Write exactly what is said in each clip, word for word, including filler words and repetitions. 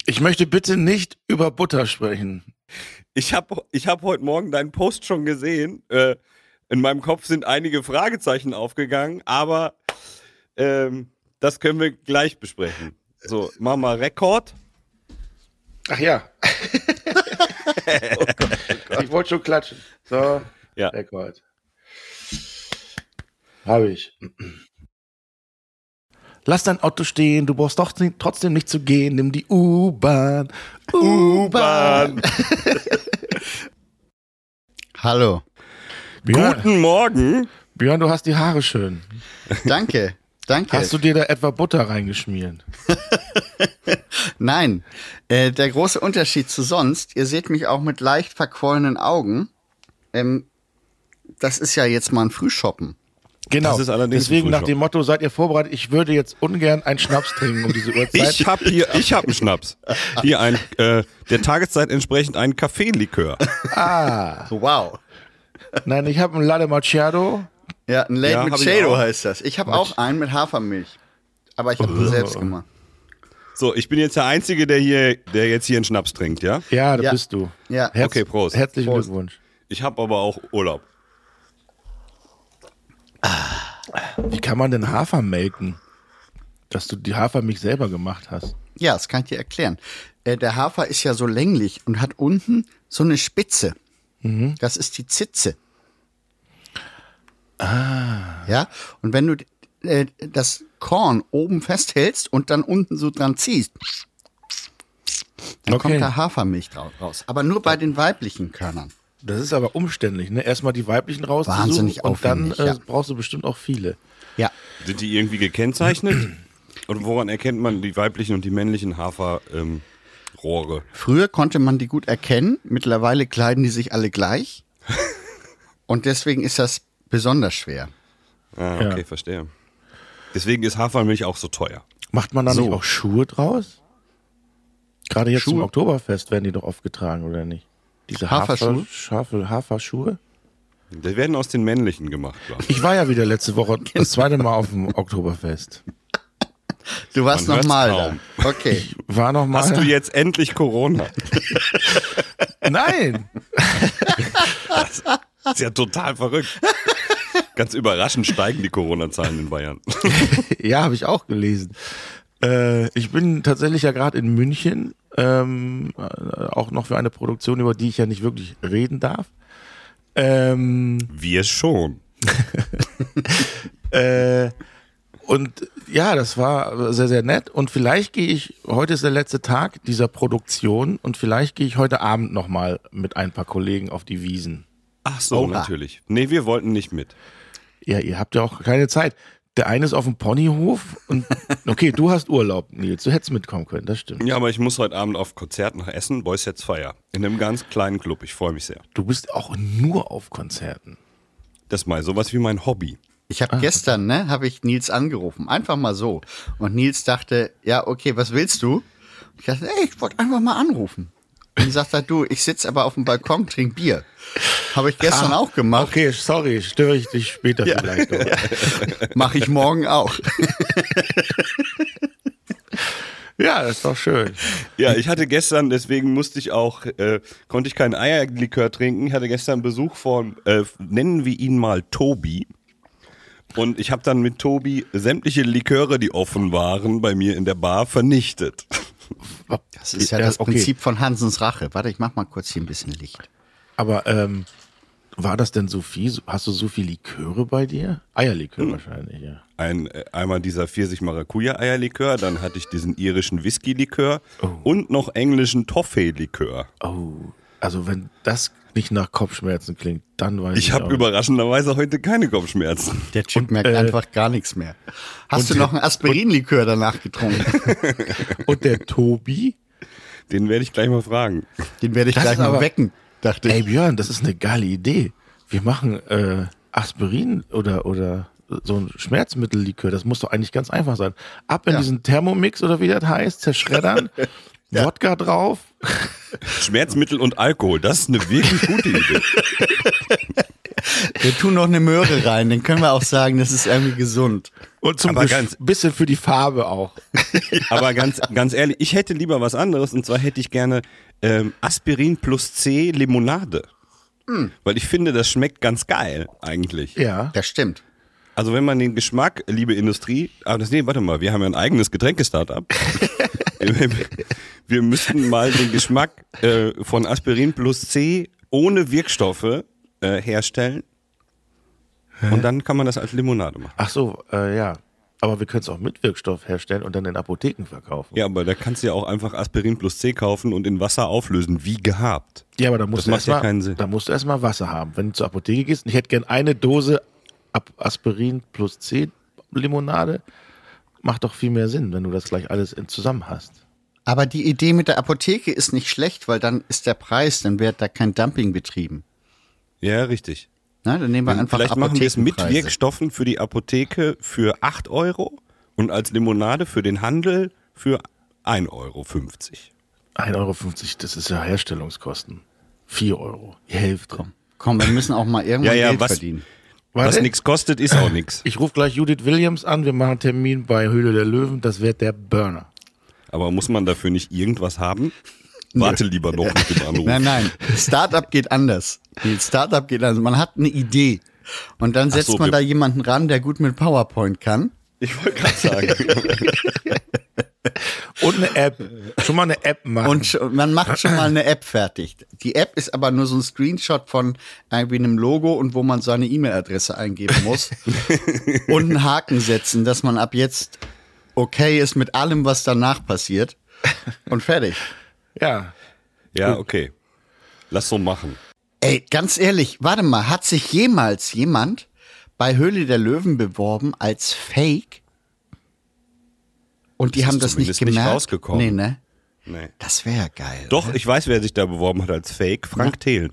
Ich möchte bitte nicht über Butter sprechen. Ich habe ich hab heute Morgen deinen Post schon gesehen. Äh, in meinem Kopf sind einige Fragezeichen aufgegangen, aber ähm, das können wir gleich besprechen. So, machen wir Rekord. Ach ja. oh Gott, oh Gott. Ich wollte schon klatschen. So, ja. Rekord. Habe ich. Lass dein Auto stehen, du brauchst doch trotzdem nicht zu gehen. Nimm die U-Bahn. U-Bahn. Hallo. Björn, Guten Morgen. Björn, du hast die Haare schön. Danke, danke. Hast du dir da etwa Butter reingeschmiert? Nein, äh, der große Unterschied zu sonst, ihr seht mich auch mit leicht verquollenen Augen. Ähm, das ist ja jetzt mal ein Frühshoppen. Genau, das ist allerdings deswegen nach dem Motto, seid ihr vorbereitet, ich würde jetzt ungern einen Schnaps trinken um diese Uhrzeit. Ich habe hier, ich habe einen Schnaps. Hier ein, äh, der Tageszeit entsprechend einen Kaffeelikör. Ah, Wow. nein, ich habe einen Latte Macchiato. Ja, ein Late Ja, hab ich Machado auch. heißt das. Ich habe auch einen mit Hafermilch. Aber ich habe ihn selbst gemacht. So, ich bin jetzt der Einzige, der hier, der jetzt hier einen Schnaps trinkt, ja? Ja, da Ja. bist du. Ja. Herz- Okay, Prost. Herzlichen Prost. Glückwunsch. Ich habe aber auch Urlaub. Wie kann man denn Hafer melken? Dass du die Hafermilch selber gemacht hast. Ja, das kann ich dir erklären. Äh, der Hafer ist ja so länglich und hat unten so eine Spitze. Mhm. Das ist die Zitze. Ah. Ja, und wenn du äh, das Korn oben festhältst und dann unten so dran ziehst, dann Okay. kommt da Hafermilch drau- raus. Aber nur bei den weiblichen Körnern. Das ist aber umständlich, ne? Erstmal die weiblichen rauszusuchen Wahnsinnig und dann aufwendig, äh, ja. brauchst du bestimmt auch viele. Ja. Sind die irgendwie gekennzeichnet? Und woran erkennt man die weiblichen und die männlichen Haferrohre? Ähm, Rohre? Früher konnte man die gut erkennen. Mittlerweile kleiden die sich alle gleich. Und deswegen ist das besonders schwer. ah, okay, Ja. verstehe. Deswegen ist Hafermilch auch so teuer. Macht man da So. nicht auch Schuhe draus? Gerade jetzt zum Schuhe? Oktoberfest werden die doch oft getragen, oder nicht? Diese Haferschuhe? Hafer, Haferschuhe? Die werden aus den männlichen gemacht, glaube ich. Ich war ja wieder letzte Woche das zweite Mal auf dem Oktoberfest. Du warst Man hört's nochmal kaum. da. Okay. War noch mal. Hast du jetzt endlich Corona? Nein. Das ist ja total verrückt. Ganz überraschend steigen die Corona-Zahlen in Bayern. Ja, habe ich auch gelesen. Äh, ich bin tatsächlich ja gerade in München, ähm, äh, auch noch für eine Produktion, über die ich ja nicht wirklich reden darf. Ähm, Wir schon. äh, und ja, das war sehr, sehr nett. Und vielleicht gehe ich, heute ist der letzte Tag dieser Produktion und vielleicht gehe ich heute Abend nochmal mit ein paar Kollegen auf die Wiesen. Ach so, Oha. natürlich. Nee, wir wollten nicht mit. Ja, ihr habt ja auch keine Zeit. Der eine ist auf dem Ponyhof und okay, du hast Urlaub, Nils. Du hättest mitkommen können, das stimmt. Ja, aber ich muss heute Abend auf Konzert nach Essen, Boys Sets Fire. In einem ganz kleinen Club. Ich freue mich sehr. Du bist auch nur auf Konzerten. Das ist mal sowas wie mein Hobby. Ich habe gestern, ne, habe ich Nils angerufen. Einfach mal so. Und Nils dachte, ja, okay, was willst du? Ich dachte, ey, ich wollte einfach mal anrufen. Und dann sagt er, du, ich sitze aber auf dem Balkon, trink Bier. Habe ich gestern auch gemacht. Okay, sorry, störe ich dich später vielleicht. Oder? Mache ich morgen auch. Ja, das ist doch schön. Ja, ich hatte gestern, deswegen musste ich auch, äh, konnte ich keinen Eierlikör trinken. Ich hatte gestern Besuch von, äh, nennen wir ihn mal Tobi. Und ich habe dann mit Tobi sämtliche Liköre, die offen waren, bei mir in der Bar vernichtet. Das ist ja Ja, das okay. Prinzip von Hansens Rache. Warte, ich mach mal kurz hier ein bisschen Licht. Aber ähm, war das denn so viel? Hast du so viel Liköre bei dir? Eierlikör Hm. wahrscheinlich, ja. Ein, äh, einmal dieser Pfirsich-Maracuja-Eierlikör, dann hatte ich diesen irischen Whisky-Likör und noch englischen Toffee-Likör. Oh, also wenn das nicht nach Kopfschmerzen klingt, dann weiß ich Ich habe auch. überraschenderweise heute keine Kopfschmerzen. Der Typ Und, merkt äh, einfach gar nichts mehr. Hast und du der- noch ein Aspirinlikör danach getrunken? Und der Tobi? Den werde ich gleich mal fragen. Den werde ich Das gleich ist mal aber- wecken, dachte Ey ich. Björn, das ist eine geile Idee. Wir machen äh, Aspirin oder oder so ein Schmerzmittellikör. Das muss doch eigentlich ganz einfach sein. Ab in Ja. diesen Thermomix oder wie das heißt, zerschreddern, Wodka drauf. Schmerzmittel und Alkohol, das ist eine wirklich gute Idee. Wir tun noch eine Möhre rein, dann können wir auch sagen, das ist irgendwie gesund. Und zum Aber Gesch- ganz- bisschen für die Farbe auch. Aber ganz, ganz ehrlich, ich hätte lieber was anderes und zwar hätte ich gerne ähm, Aspirin plus C Limonade. Hm. Weil ich finde, das schmeckt ganz geil eigentlich. Ja. Das stimmt. Also wenn man den Geschmack, liebe Industrie, aber das, nee, warte mal, wir haben ja ein eigenes Getränkestartup. wir, wir müssten mal den Geschmack äh, von Aspirin plus C ohne Wirkstoffe äh, herstellen. Und dann kann man das als Limonade machen. Ach so, äh, ja. Aber wir können es auch mit Wirkstoff herstellen und dann in Apotheken verkaufen. Ja, aber da kannst du ja auch einfach Aspirin plus C kaufen und in Wasser auflösen, wie gehabt. Ja, aber da musst, Das du macht erst ja mal, keinen Sinn. da musst du erstmal Wasser haben. Wenn du zur Apotheke gehst, und ich hätte gern eine Dose Ab- Aspirin plus C Limonade, macht doch viel mehr Sinn, wenn du das gleich alles in zusammen hast. Aber die Idee mit der Apotheke ist nicht schlecht, weil dann ist der Preis, dann wird da kein Dumping betrieben. Ja, richtig. Na, dann nehmen wir einfach Vielleicht machen wir es mit Apothekenpreise. Wirkstoffen für die Apotheke für acht Euro und als Limonade für den Handel für ein Euro fünfzig. ein Euro fünfzig, das ist ja Herstellungskosten. vier Euro, die Hälfte. Komm, wir müssen auch mal irgendwann Ja, ja, Geld was- verdienen. Was Warte, nichts kostet, ist auch nichts. ich rufe gleich Judith Williams an, wir machen einen Termin bei Höhle der Löwen, das wird der Burner. Aber muss man dafür nicht irgendwas haben? Warte lieber noch mit dem Anruf. Nein, nein, Startup geht anders. Die Startup geht anders. Man hat eine Idee und dann setzt so, man wir- da jemanden ran, der gut mit PowerPoint kann. Ich wollte gerade sagen. Und eine App, schon mal eine App machen. Und sch- man macht schon mal eine App fertig. Die App ist aber nur so ein Screenshot von irgendwie einem Logo und wo man seine E-Mail-Adresse eingeben muss. Und einen Haken setzen, dass man ab jetzt okay ist mit allem, was danach passiert. Und fertig. ja, Ja, okay. Lass so machen. Ey, ganz ehrlich, warte mal, hat sich jemals jemand bei Höhle der Löwen beworben als Fake? Und die Das haben ist das nicht zumindest nicht gemerkt? rausgekommen. Nee, ne? Nee. Das wäre ja geil. Doch, ich weiß, wer sich da beworben hat als Fake. Frank Thelen.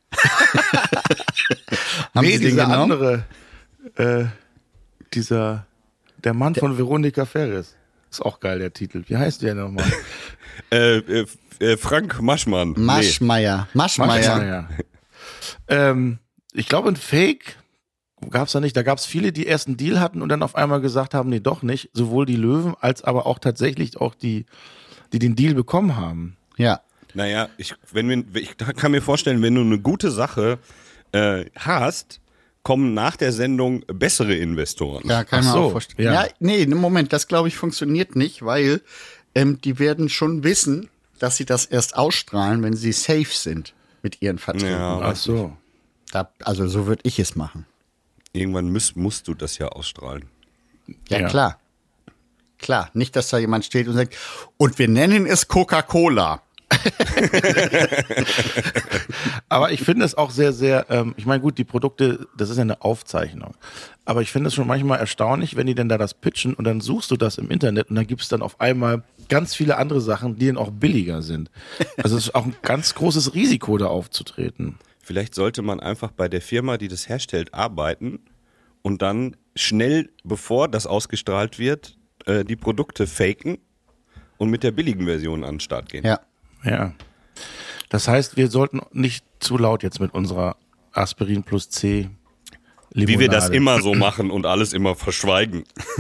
Haben nee, Sie den dieser genommen? andere, äh, dieser, der Mann von Veronika Ferris. Ist auch geil, der Titel. Wie heißt der nochmal? Äh, äh, äh, Frank Maschmann. Nee. Maschmeier. Maschmeier. Ja. Ähm, ich glaube, ein Fake gab's da nicht. Da gab's viele, die erst einen Deal hatten und dann auf einmal gesagt haben, nee, doch nicht. Sowohl die Löwen als aber auch tatsächlich auch die, die den Deal bekommen haben. Ja. Naja, ich, wenn wir, ich kann mir vorstellen, wenn du eine gute Sache äh, hast, kommen nach der Sendung bessere Investoren. Ja, kann Ach man so, auch vorstellen. ja. Ja, nee, im Moment, das glaube ich funktioniert nicht, weil ähm, die werden schon wissen, dass sie das erst ausstrahlen, wenn sie safe sind mit ihren Verträgen. Ja. Ach so. Da, also so würde ich es machen. Irgendwann müsst, musst du das ja ausstrahlen. Ja, Ja. klar. Klar, nicht, dass da jemand steht und sagt, und wir nennen es Coca-Cola. Aber ich finde es auch sehr, sehr, ähm, ich meine, gut, die Produkte, das ist ja eine Aufzeichnung. Aber ich finde es schon manchmal erstaunlich, wenn die denn da das pitchen und dann suchst du das im Internet und dann gibt es dann auf einmal ganz viele andere Sachen, die dann auch billiger sind. Also es ist auch ein ganz großes Risiko, da aufzutreten. Vielleicht sollte man einfach bei der Firma, die das herstellt, arbeiten und dann schnell, bevor das ausgestrahlt wird, äh, die Produkte faken und mit der billigen Version an den Start gehen. Ja. Ja. Das heißt, wir sollten nicht zu laut jetzt mit unserer Aspirin plus C Limonade. Wie wir das immer so machen und alles immer verschweigen.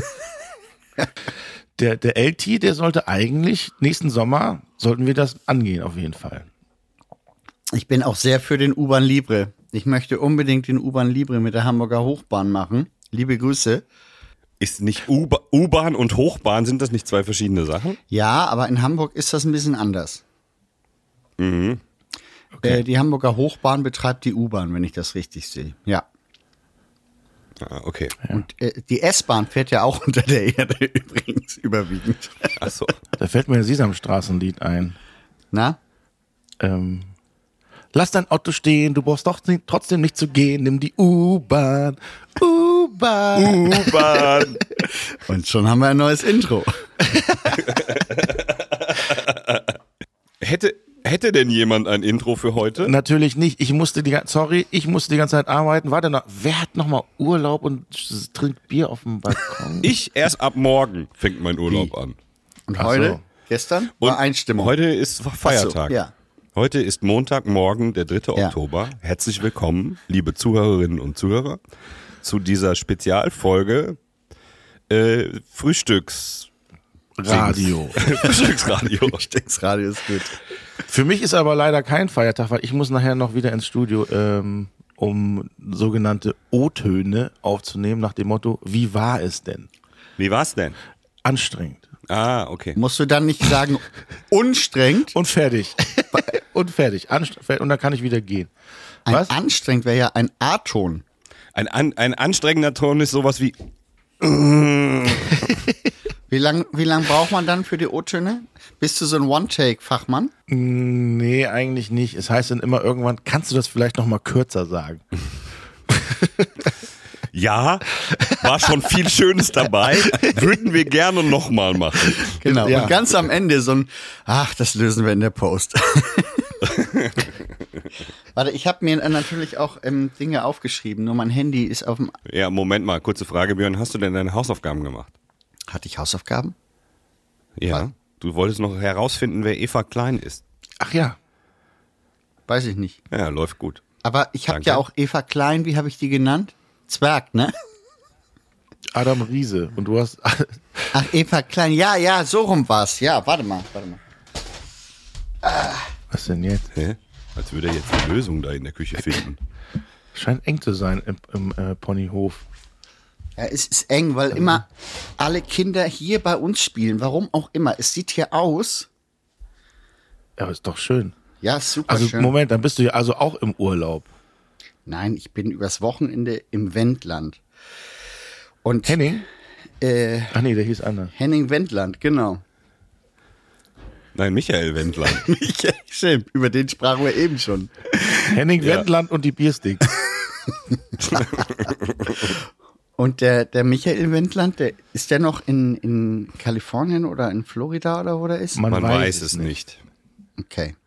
Der, der L T, der sollte eigentlich nächsten Sommer, sollten wir das angehen auf jeden Fall. Ich bin auch sehr für den U-Bahn Libre. Ich möchte unbedingt den U-Bahn Libre mit der Hamburger Hochbahn machen. Liebe Grüße. Ist nicht U- U-Bahn und Hochbahn, sind das nicht zwei verschiedene Sachen? Ja, aber in Hamburg ist das ein bisschen anders. Mhm. Äh, die Hamburger Hochbahn betreibt die U-Bahn, wenn ich das richtig sehe. Ja. Ah, okay. Und äh, die S-Bahn fährt ja auch unter der Erde übrigens überwiegend. Achso. Da fällt mir ein Sesamstraßenlied ein. Na? Ähm, lass dein Auto stehen, du brauchst doch nicht, trotzdem nicht zu gehen, nimm die U-Bahn, U-Bahn. U-Bahn. Und schon haben wir ein neues Intro. hätte, hätte denn jemand ein Intro für heute? Natürlich nicht, ich musste die, gan- sorry, ich musste die ganze Zeit arbeiten. Warte noch, wer hat noch mal Urlaub und s- trinkt Bier auf dem Balkon? Ich erst ab morgen fängt mein Urlaub Wie? an. Und Ach heute, so. gestern, Und war Einstimmung. Heute ist Feiertag. Ach so, ja. Heute ist Montagmorgen, der dritte Ja. Oktober. Herzlich willkommen, liebe Zuhörerinnen und Zuhörer, zu dieser Spezialfolge äh, Frühstücks... Radio. Frühstücksradio. Frühstücksradio ist gut. Für mich ist aber leider kein Feiertag, weil ich muss nachher noch wieder ins Studio, ähm, um sogenannte O-Töne aufzunehmen, nach dem Motto, wie war es denn? Wie war's denn? Anstrengend. Ah, okay. Musst du dann nicht sagen, unstrengend? Und fertig. Und fertig. Anstre- und dann kann ich wieder gehen. Ein Was? anstrengend wäre ja ein A-Ton. Ein, an, ein anstrengender Ton ist sowas wie... Wie lang, wie lang braucht man dann für die O-Töne? Bist du so ein One-Take-Fachmann? Nee, eigentlich nicht. Es heißt dann immer irgendwann, kannst du das vielleicht noch mal kürzer sagen? Ja, war schon viel Schönes dabei. Würden wir gerne nochmal machen. Genau. Ja. Und ganz am Ende so ein, ach, das lösen wir in der Post. Warte, ich habe mir natürlich auch ähm, Dinge aufgeschrieben, nur mein Handy ist auf dem... Ja, Moment mal, kurze Frage, Björn. Hast du denn deine Hausaufgaben gemacht? Hatte ich Hausaufgaben? Ja. Du wolltest noch herausfinden, wer Eva Klein ist. Ach ja. Weiß ich nicht. Ja, läuft gut. Aber ich habe Danke. ja auch Eva Klein, wie habe ich die genannt? Zwerg, ne? Adam Riese. Und du hast... Ach, Eva Klein, ja, ja, so rum war's. Ja, warte mal, warte mal. Was denn jetzt? Hä? Als würde er jetzt eine Lösung da in der Küche finden. Scheint eng zu sein im, im äh, Ponyhof. Ja, es ist eng, weil immer alle Kinder hier bei uns spielen. Warum auch immer. Es sieht hier aus. Ja, aber ist doch schön. Ja, super Also schön. Moment, dann bist du ja also auch im Urlaub. Nein, ich bin übers Wochenende im Wendland. Und Henning? Äh, Ach nee, der hieß anders. Henning Wendland, genau. Nein, Michael Wendland. Ja, stimmt, über den sprachen wir eben schon. Henning Ja. Wendland und die Biersticks. Und der, der Michael Wendland, der, ist der noch in, in Kalifornien oder in Florida oder wo der ist? Man, Man weiß es nicht. Okay.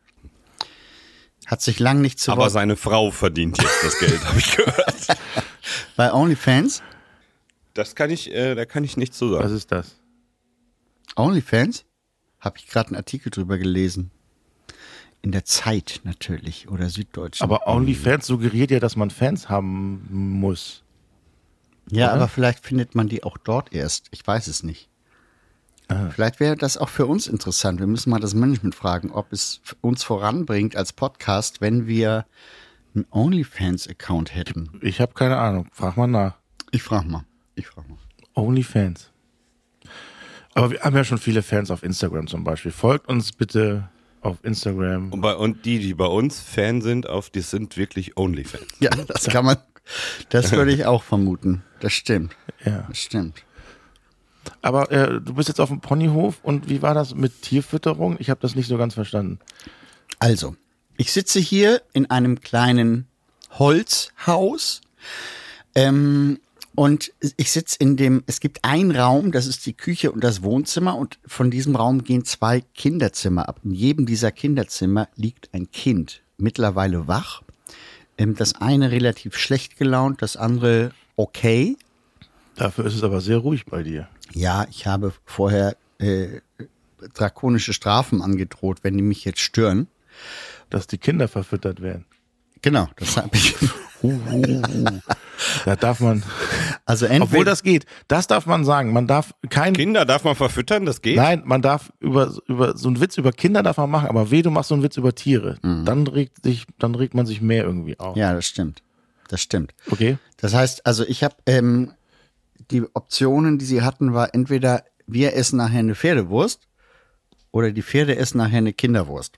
Hat sich lang nicht zu Aber Wort. seine Frau verdient jetzt das Geld, habe ich gehört. Bei OnlyFans? Das kann ich, äh, da kann ich nichts zu Was sagen. ist das? OnlyFans? Habe ich gerade einen Artikel drüber gelesen. In der Zeit natürlich oder Süddeutschen. Aber OnlyFans suggeriert ja, dass man Fans haben muss. ja, oder? aber vielleicht findet man die auch dort erst. Ich weiß es nicht. Ah. Vielleicht wäre das auch für uns interessant. Wir müssen mal das Management fragen, ob es uns voranbringt als Podcast, wenn wir einen OnlyFans-Account hätten. Ich habe keine Ahnung. Frag mal nach. Ich frage mal. Ich frage mal. OnlyFans. Aber wir haben ja schon viele Fans auf Instagram zum Beispiel. Folgt uns bitte auf Instagram. Und, bei, und die, die bei uns Fan sind, auf, die sind wirklich Onlyfans. Ja, das kann man. Das würde ich auch vermuten. Das stimmt. Ja. Das stimmt. Aber äh, du bist jetzt auf dem Ponyhof und wie war das mit Tierfütterung? Ich habe das nicht so ganz verstanden. Also, ich sitze hier in einem kleinen Holzhaus ähm, und ich sitze in dem, es gibt einen Raum, das ist die Küche und das Wohnzimmer und von diesem Raum gehen zwei Kinderzimmer ab. In jedem dieser Kinderzimmer liegt ein Kind, mittlerweile wach. Ähm, das eine relativ schlecht gelaunt, das andere okay. Dafür ist es aber sehr ruhig bei dir. Ja, ich habe vorher äh, drakonische Strafen angedroht, wenn die mich jetzt stören. Dass die Kinder verfüttert werden. Genau, das habe ich. Uh, uh, uh. Da darf man, Also entweder, obwohl das geht, das darf man sagen. Man darf kein, Kinder darf man verfüttern, das geht? nein, man darf über, über so einen Witz über Kinder darf man machen, aber weh, du machst so einen Witz über Tiere. Dann regt sich, dann regt man sich mehr irgendwie auf. ja, das stimmt. Das stimmt. Okay? Das heißt, also ich habe ähm, die Optionen, die sie hatten, war entweder wir essen nachher eine Pferdewurst oder die Pferde essen nachher eine Kinderwurst.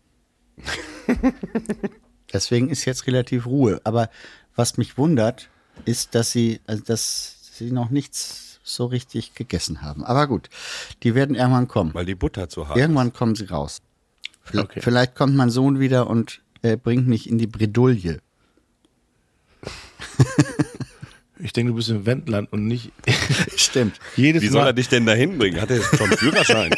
Deswegen ist jetzt relativ Ruhe. Aber was mich wundert, ist, dass sie, also dass sie noch nichts so richtig gegessen haben. Aber gut, die werden irgendwann kommen. Weil die Butter zu hart Irgendwann kommen sie raus. Vielleicht, Okay. vielleicht kommt mein Sohn wieder und äh, bringt mich in die Bredouille. Ich denke, du bist im Wendland und nicht Stimmt. jedes Wie soll Mal. er dich denn da hinbringen? Hat er jetzt schon einen Führerschein?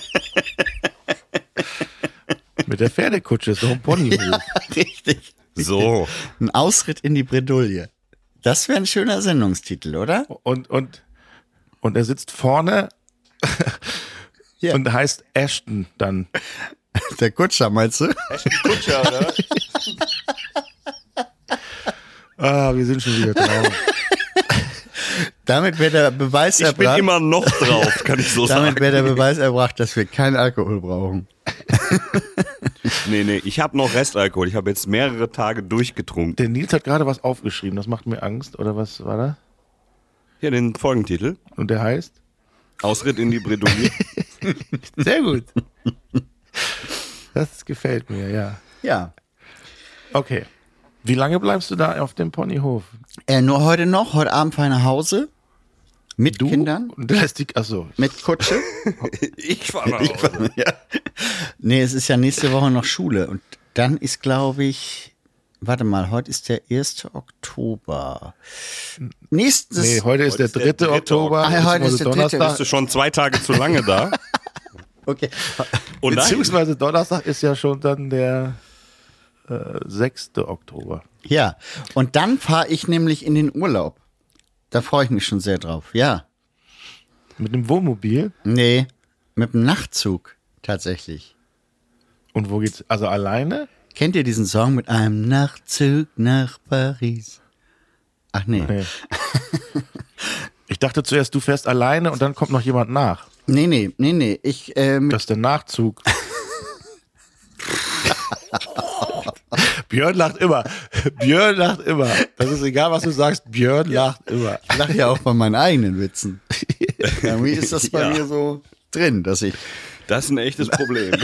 Mit der Pferdekutsche ist doch ein Ponyhof. Richtig. So. Ein Ausritt in die Bredouille. Das wäre ein schöner Sendungstitel, oder? Und, und, und er sitzt vorne Ja. und heißt Ashton dann. Der Kutscher, meinst du? Kutscher, oder? Ah, wir sind schon wieder drauf. Damit wäre der Beweis Ich bin erbracht. immer noch drauf, kann ich so Damit sagen. wäre der Beweis erbracht, dass wir keinen Alkohol brauchen. Nee, nee, ich habe noch Restalkohol. Ich habe jetzt mehrere Tage durchgetrunken. Der Nils hat gerade was aufgeschrieben, das macht mir Angst, oder was war das? Hier den Folgentitel. Und der heißt? Ausritt in die Bredouille. Sehr gut. Das gefällt mir, ja. Ja. Okay. Wie lange bleibst du da auf dem Ponyhof? Äh, nur heute noch, heute Abend fahre ich nach Hause. Mit Du? Kindern, Und du lässt die, achso. mit Kutsche. Ich fahre nach Ich Hause. fahr- ja. Nee, es ist ja nächste Woche noch Schule. Und dann ist, glaube ich, warte mal, heute ist der erste Oktober. Nächstes. Nee, heute ist Heute der ist der dritte dritte Oktober. Ah, ja, heute ist beziehungsweise der dritte. Bist Donnerstag. du schon zwei Tage zu lange da? Okay. Und dann, Beziehungsweise Donnerstag ist ja schon dann der äh, sechste Oktober. Ja. Und dann fahre ich nämlich in den Urlaub. Da freue ich mich schon sehr drauf. Ja. Mit dem Wohnmobil. Nee, mit dem Nachtzug tatsächlich. Und wo geht's? Also alleine? Kennt ihr diesen Song mit einem Nachtzug nach Paris? Ach nee. Nee. Ich dachte zuerst, du fährst alleine und dann kommt noch jemand nach. Nee, nee, nee, nee. Ich, äh, mit, Das ist der Nachzug. Björn lacht immer. Björn lacht immer. Das ist egal, was du sagst. Björn lacht immer. ich lache ja auch bei meinen eigenen Witzen. Irgendwie ist das bei Ja. mir so drin, dass ich. das ist ein echtes Problem.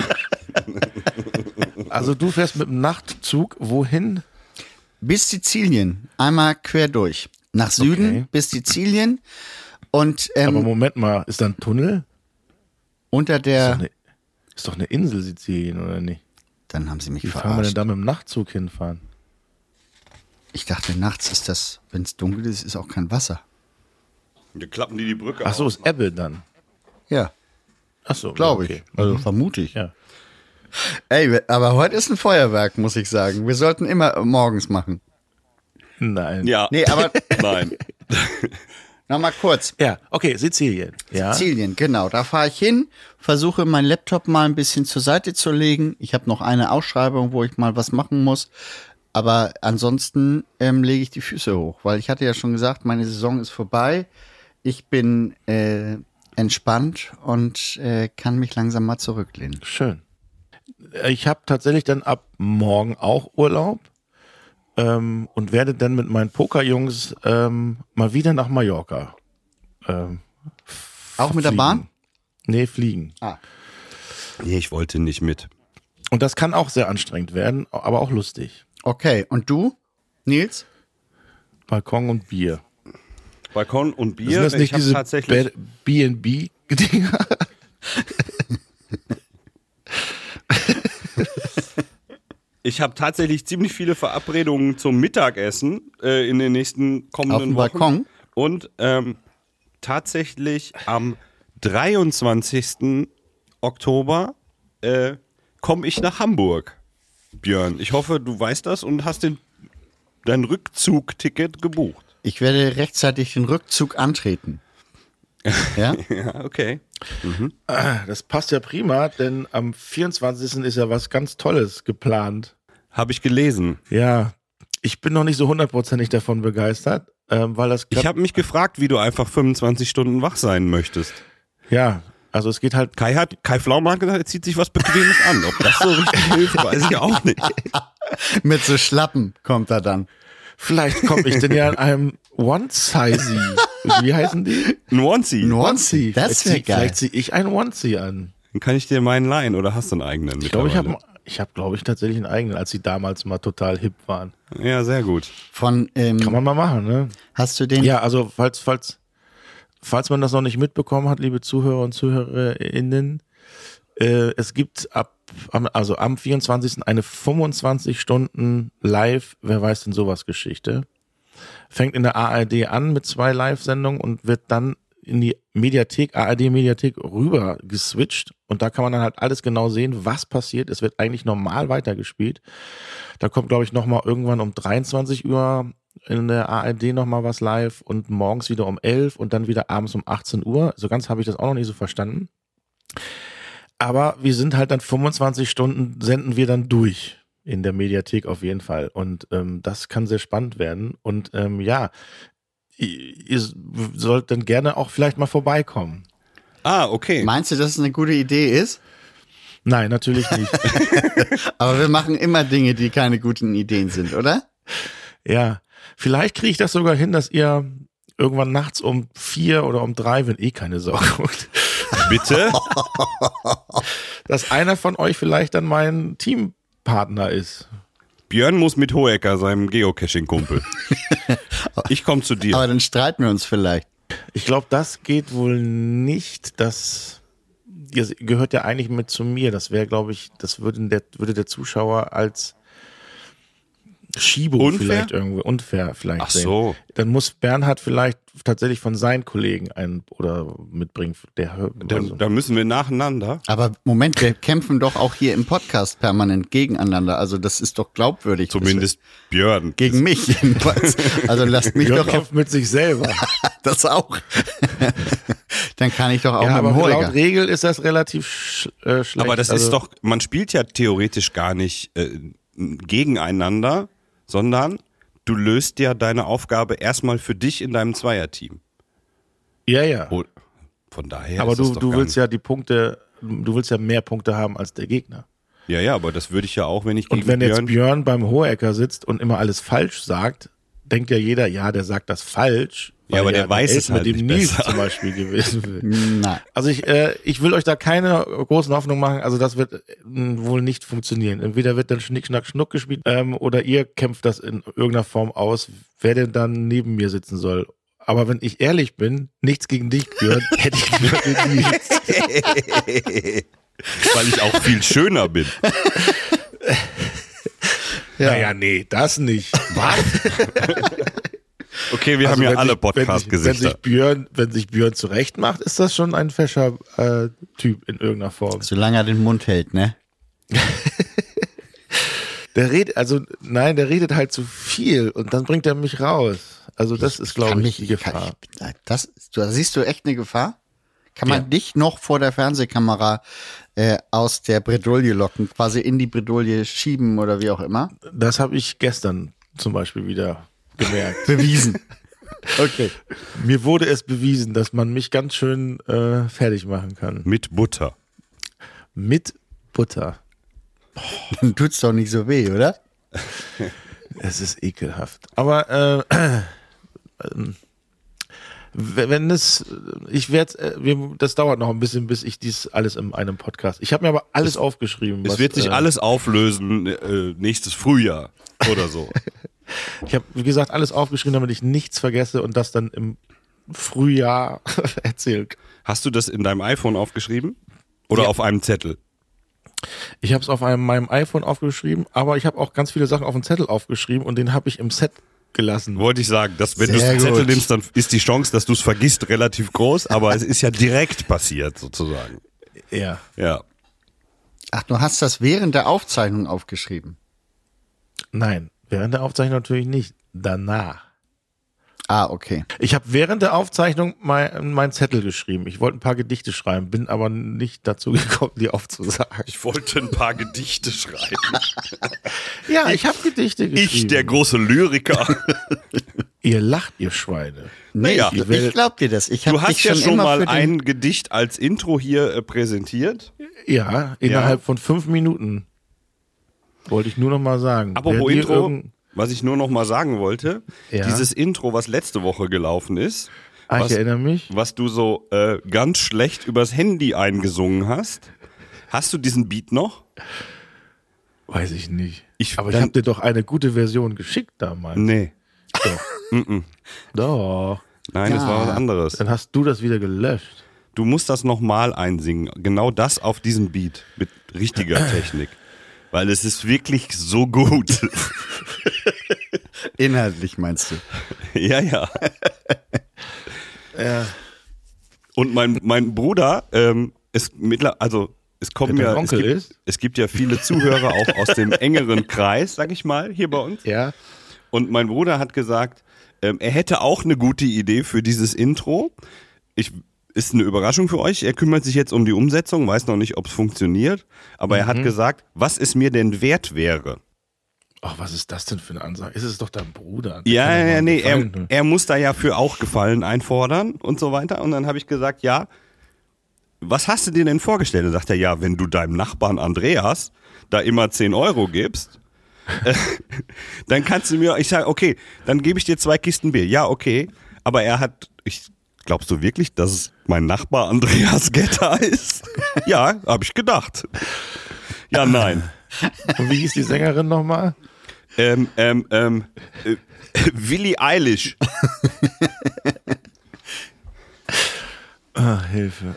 Also du fährst mit dem Nachtzug wohin? Bis Sizilien, einmal quer durch. Nach Süden Okay. bis Sizilien und Aber ähm, Moment mal, ist da ein Tunnel? unter Ist doch, der. eine, ist doch eine Insel Sizilien, oder nicht? Dann haben sie mich Wie fahren wir denn verarscht. da mit dem Nachtzug hinfahren? Ich dachte, nachts ist das, wenn es dunkel ist, ist auch kein Wasser. Da klappen die die Brücke Ach so, aus. ist Ebbe dann. Ja, Ach so, glaube okay. ich. Also vermute ich. Ja. Ey, aber heute ist ein Feuerwerk, muss ich sagen. Wir sollten immer morgens machen. Nein. Ja. Nee, aber Nein. nochmal kurz. Ja, okay, Sizilien. Ja. Sizilien, genau. Da fahre ich hin, versuche meinen Laptop mal ein bisschen zur Seite zu legen. Ich habe noch eine Ausschreibung, wo ich mal was machen muss. Aber ansonsten ähm, lege ich die Füße hoch, weil ich hatte ja schon gesagt, meine Saison ist vorbei. Ich bin äh, entspannt und äh, kann mich langsam mal zurücklehnen. Schön. Ich habe tatsächlich dann ab morgen auch Urlaub ähm, und werde dann mit meinen Pokerjungs ähm, mal wieder nach Mallorca. Ähm, Auch mit der fliegen. Bahn? Nee, fliegen. Nee, ich wollte nicht mit. Und das kann auch sehr anstrengend werden, aber auch lustig. Okay, und du, Nils? Balkon und Bier. Balkon und Bier. Sind das nicht ich hab diese tatsächlich. B and B-Dinger? Ich habe tatsächlich ziemlich viele Verabredungen zum Mittagessen äh, in den nächsten kommenden Auf dem Wochen. Balkon? Und ähm, tatsächlich am dreiundzwanzigsten Oktober äh, komme ich nach Hamburg. Björn, ich hoffe, du weißt das und hast den, dein Rückzugticket gebucht. Ich werde rechtzeitig den Rückzug antreten. Ja? Ja, okay. Das passt ja prima, denn am vierundzwanzigsten ist ja was ganz Tolles geplant. Habe ich gelesen. Ja, ich bin noch nicht so hundertprozentig davon begeistert, ähm, weil das Ich habe mich gefragt, wie du einfach fünfundzwanzig Stunden wach sein möchtest. ja, also es geht halt, Kai hat, Kai Pflaume hat gesagt, er zieht sich was Bequemes an. Ob das so richtig hilft, weiß ich auch nicht. Mit so Schlappen kommt er dann. vielleicht komme ich denn ja in einem One-Size. Wie heißen die? Ein Onesie. Nur- Onesie. Das Vielleicht wär zieh- geil. Vielleicht ziehe ich einen Onesie an. Dann kann ich dir meinen leihen oder hast du einen eigenen? Ich glaube, ich habe, mittlerweile? ich habe, glaube ich, tatsächlich einen eigenen, als sie damals mal total hip waren. Ja, sehr gut. Von, ähm, Kann man mal machen, ne? hast du den? Ja, also falls, falls, falls man das noch nicht mitbekommen hat, liebe Zuhörer und ZuhörerInnen, äh, es gibt ab, am- also am vierundzwanzigsten eine fünfundzwanzig Stunden Live, wer weiß denn sowas Geschichte. Fängt in der A R D an mit zwei Live-Sendungen und wird dann in die Mediathek, A R D-Mediathek rüber geswitcht und da kann man dann halt alles genau sehen, was passiert. Es wird eigentlich normal weitergespielt. Da kommt, glaube ich, nochmal irgendwann um dreiundzwanzig Uhr in der A R D nochmal was live und morgens wieder um elf und dann wieder abends um achtzehn Uhr. So ganz habe ich das auch noch nicht so verstanden. Aber wir sind halt dann fünfundzwanzig Stunden, senden wir dann durch in der Mediathek auf jeden Fall. Und ähm, das kann sehr spannend werden. Und ähm, ja, ihr sollt dann gerne auch vielleicht mal vorbeikommen. Ah, okay. Meinst du, dass es eine gute Idee ist? Nein, natürlich nicht. Aber wir machen immer Dinge, die keine guten Ideen sind, oder? Ja, vielleicht kriege ich das sogar hin, dass ihr irgendwann nachts um vier oder um drei, wenn eh keine Sau guckt, Bitte? dass einer von euch vielleicht dann mein Teampartner ist. Björn muss mit Hohecker, seinem Geocaching-Kumpel. Ich komme zu dir. Aber dann streiten wir uns vielleicht. Ich glaube, das geht wohl nicht. Das ihr gehört ja eigentlich mit zu mir. Das wäre, glaube ich, das würde der, würde der Zuschauer als Schiebung Unfair? vielleicht irgendwie unfair vielleicht Ach sehen. so. Dann muss Bernhard vielleicht tatsächlich von seinen Kollegen einen oder mitbringen. Der hört also. Dann, dann müssen wir nacheinander. Aber Moment, wir kämpfen doch auch hier im Podcast permanent gegeneinander. Also das ist doch glaubwürdig. Zumindest Björn. Gegen mich jedenfalls. Also lasst mich Jörg doch kämpft mit sich selber. das auch. Dann kann ich doch auch Ja, mit aber dem laut Hohecker. Regel ist das relativ sch äh, schlecht. Aber das also, ist doch, man spielt ja theoretisch gar nicht äh, gegeneinander, sondern du löst ja deine Aufgabe erstmal für dich in deinem Zweierteam. Ja, ja. Oh, von daher aber ist das du, doch du gar willst nicht- ja die Punkte, du willst ja mehr Punkte haben als der Gegner. Ja, ja, aber das würde ich ja auch, wenn ich gegen Und wenn jetzt Björn... Björn beim Hohecker sitzt und immer alles falsch sagt, denkt ja jeder, ja, der sagt das falsch. Ja, aber der ja weiß der es mit halt dem nicht Nils besser. zum Beispiel gewesen wäre. Nein. Also ich, äh, ich will euch da keine großen Hoffnungen machen. Also das wird äh, wohl nicht funktionieren. Entweder wird dann Schnick, Schnack, Schnuck gespielt ähm, oder ihr kämpft das in irgendeiner Form aus, wer denn dann neben mir sitzen soll. Aber wenn ich ehrlich bin, nichts gegen dich, Björn, hätte ich lieber den Nils. Weil ich auch viel schöner bin. Ja. Naja, nee, das nicht. Was? Okay, wir Also haben ja wenn alle sich- wenn sich, wenn Podcast-Gesichter. sich Björn, wenn sich Björn zurecht macht, ist das schon ein fescher äh, Typ in irgendeiner Form. Solange er den Mund hält, ne? Der redet, also nein, der redet halt zu viel und dann bringt er mich raus. Also das ist, glaube Kann ich, mich- die Gefahr. Kann, das, du, da siehst du echt eine Gefahr? Kann man Ja. dich noch vor der Fernsehkamera äh, aus der Bredouille locken, quasi in die Bredouille schieben oder wie auch immer? Das habe ich gestern zum Beispiel wieder gemerkt. Bewiesen. Okay. Mir wurde es bewiesen, dass man mich ganz schön äh, fertig machen kann. Mit Butter. Mit Butter. Dann tut's doch nicht so weh, oder? Es ist ekelhaft. Aber äh, ähm, wenn es, ich werde, äh, wir- das dauert noch ein bisschen, bis ich dies alles in einem Podcast. Ich habe mir aber alles aufgeschrieben. Es was, wird sich äh, alles auflösen äh, nächstes Frühjahr oder so. Ich habe, wie gesagt, alles aufgeschrieben, damit ich nichts vergesse und das dann im Frühjahr erzählen kann. Hast du das in deinem iPhone aufgeschrieben? Oder Ja. auf einem Zettel? Ich habe es auf einem, meinem iPhone aufgeschrieben, aber ich habe auch ganz viele Sachen auf dem Zettel aufgeschrieben und den habe ich im Set gelassen. Wollte ich sagen, dass wenn du Sehr einen Zettel gut. nimmst, dann ist die Chance, dass du es vergisst, relativ groß, aber es ist ja direkt passiert sozusagen. Ja. Ja. Ach, du hast das während der Aufzeichnung aufgeschrieben. Nein, während der Aufzeichnung natürlich nicht. Danach. Ah, okay. Ich habe während der Aufzeichnung mein, mein Zettel geschrieben. Ich wollte ein paar Gedichte schreiben, bin aber nicht dazu gekommen, die aufzusagen. Ich wollte ein paar Gedichte schreiben. Ja, ich habe Gedichte geschrieben. Ich, der große Lyriker. Ihr lacht, ihr Schweine. Nee, Naja. ich, ich glaub dir das. Ich hab Du hast dich ja schon schon immer mal für den, ein Gedicht als Intro hier äh, präsentiert. Ja, innerhalb von fünf Minuten. Wollte ich nur noch mal sagen. Apropos Wer dir Intro, irgend- was ich nur noch mal sagen wollte, Ja. dieses Intro, was letzte Woche gelaufen ist, Ah, ich was, erinnere mich. was du so äh, ganz schlecht übers Handy eingesungen hast. Hast du diesen Beat noch? Weiß ich nicht. Ich- aber ich dann- habe dir doch eine gute Version geschickt damals. Nee. Doch. Doch. Nein, das war was anderes. Dann hast du das wieder gelöscht. Du musst das nochmal einsingen. Genau das auf diesem Beat. Mit richtiger Technik. Weil es ist wirklich so gut. inhaltlich meinst du. Ja, ja. Ja. Und mein, mein Bruder, ähm, ist mittler, also es kommen Der ja, dein es Onkel gibt, ist? es gibt ja viele Zuhörer auch aus dem engeren Kreis, sag ich mal, hier bei uns. Ja. Und mein Bruder hat gesagt, ähm, er hätte auch eine gute Idee für dieses Intro. Ich, ist eine Überraschung für euch. Er kümmert sich jetzt um die Umsetzung, weiß noch nicht, ob es funktioniert. Aber er hat gesagt, was es mir denn wert wäre. Ach, was ist das denn für eine Ansage? Ist es doch dein Bruder? Ja, Der kann doch ja, mal ja, einen nee, er, Gefallen tun. er muss da ja für auch Gefallen einfordern und so weiter. Und dann habe ich gesagt, ja, was hast du dir denn vorgestellt? Und sagt er, ja, wenn du deinem Nachbarn Andreas da immer zehn Euro gibst, äh, dann kannst du mir, ich sage, okay, dann gebe ich dir zwei Kisten Bier. Ja, okay, aber er hat, ich, glaubst du wirklich, dass es mein Nachbar Andreas Getter ist? Ja, habe ich gedacht. Ja, nein. Und wie hieß die Sängerin nochmal? Ähm, ähm, ähm, äh, Willi Eilish. Ah, Hilfe.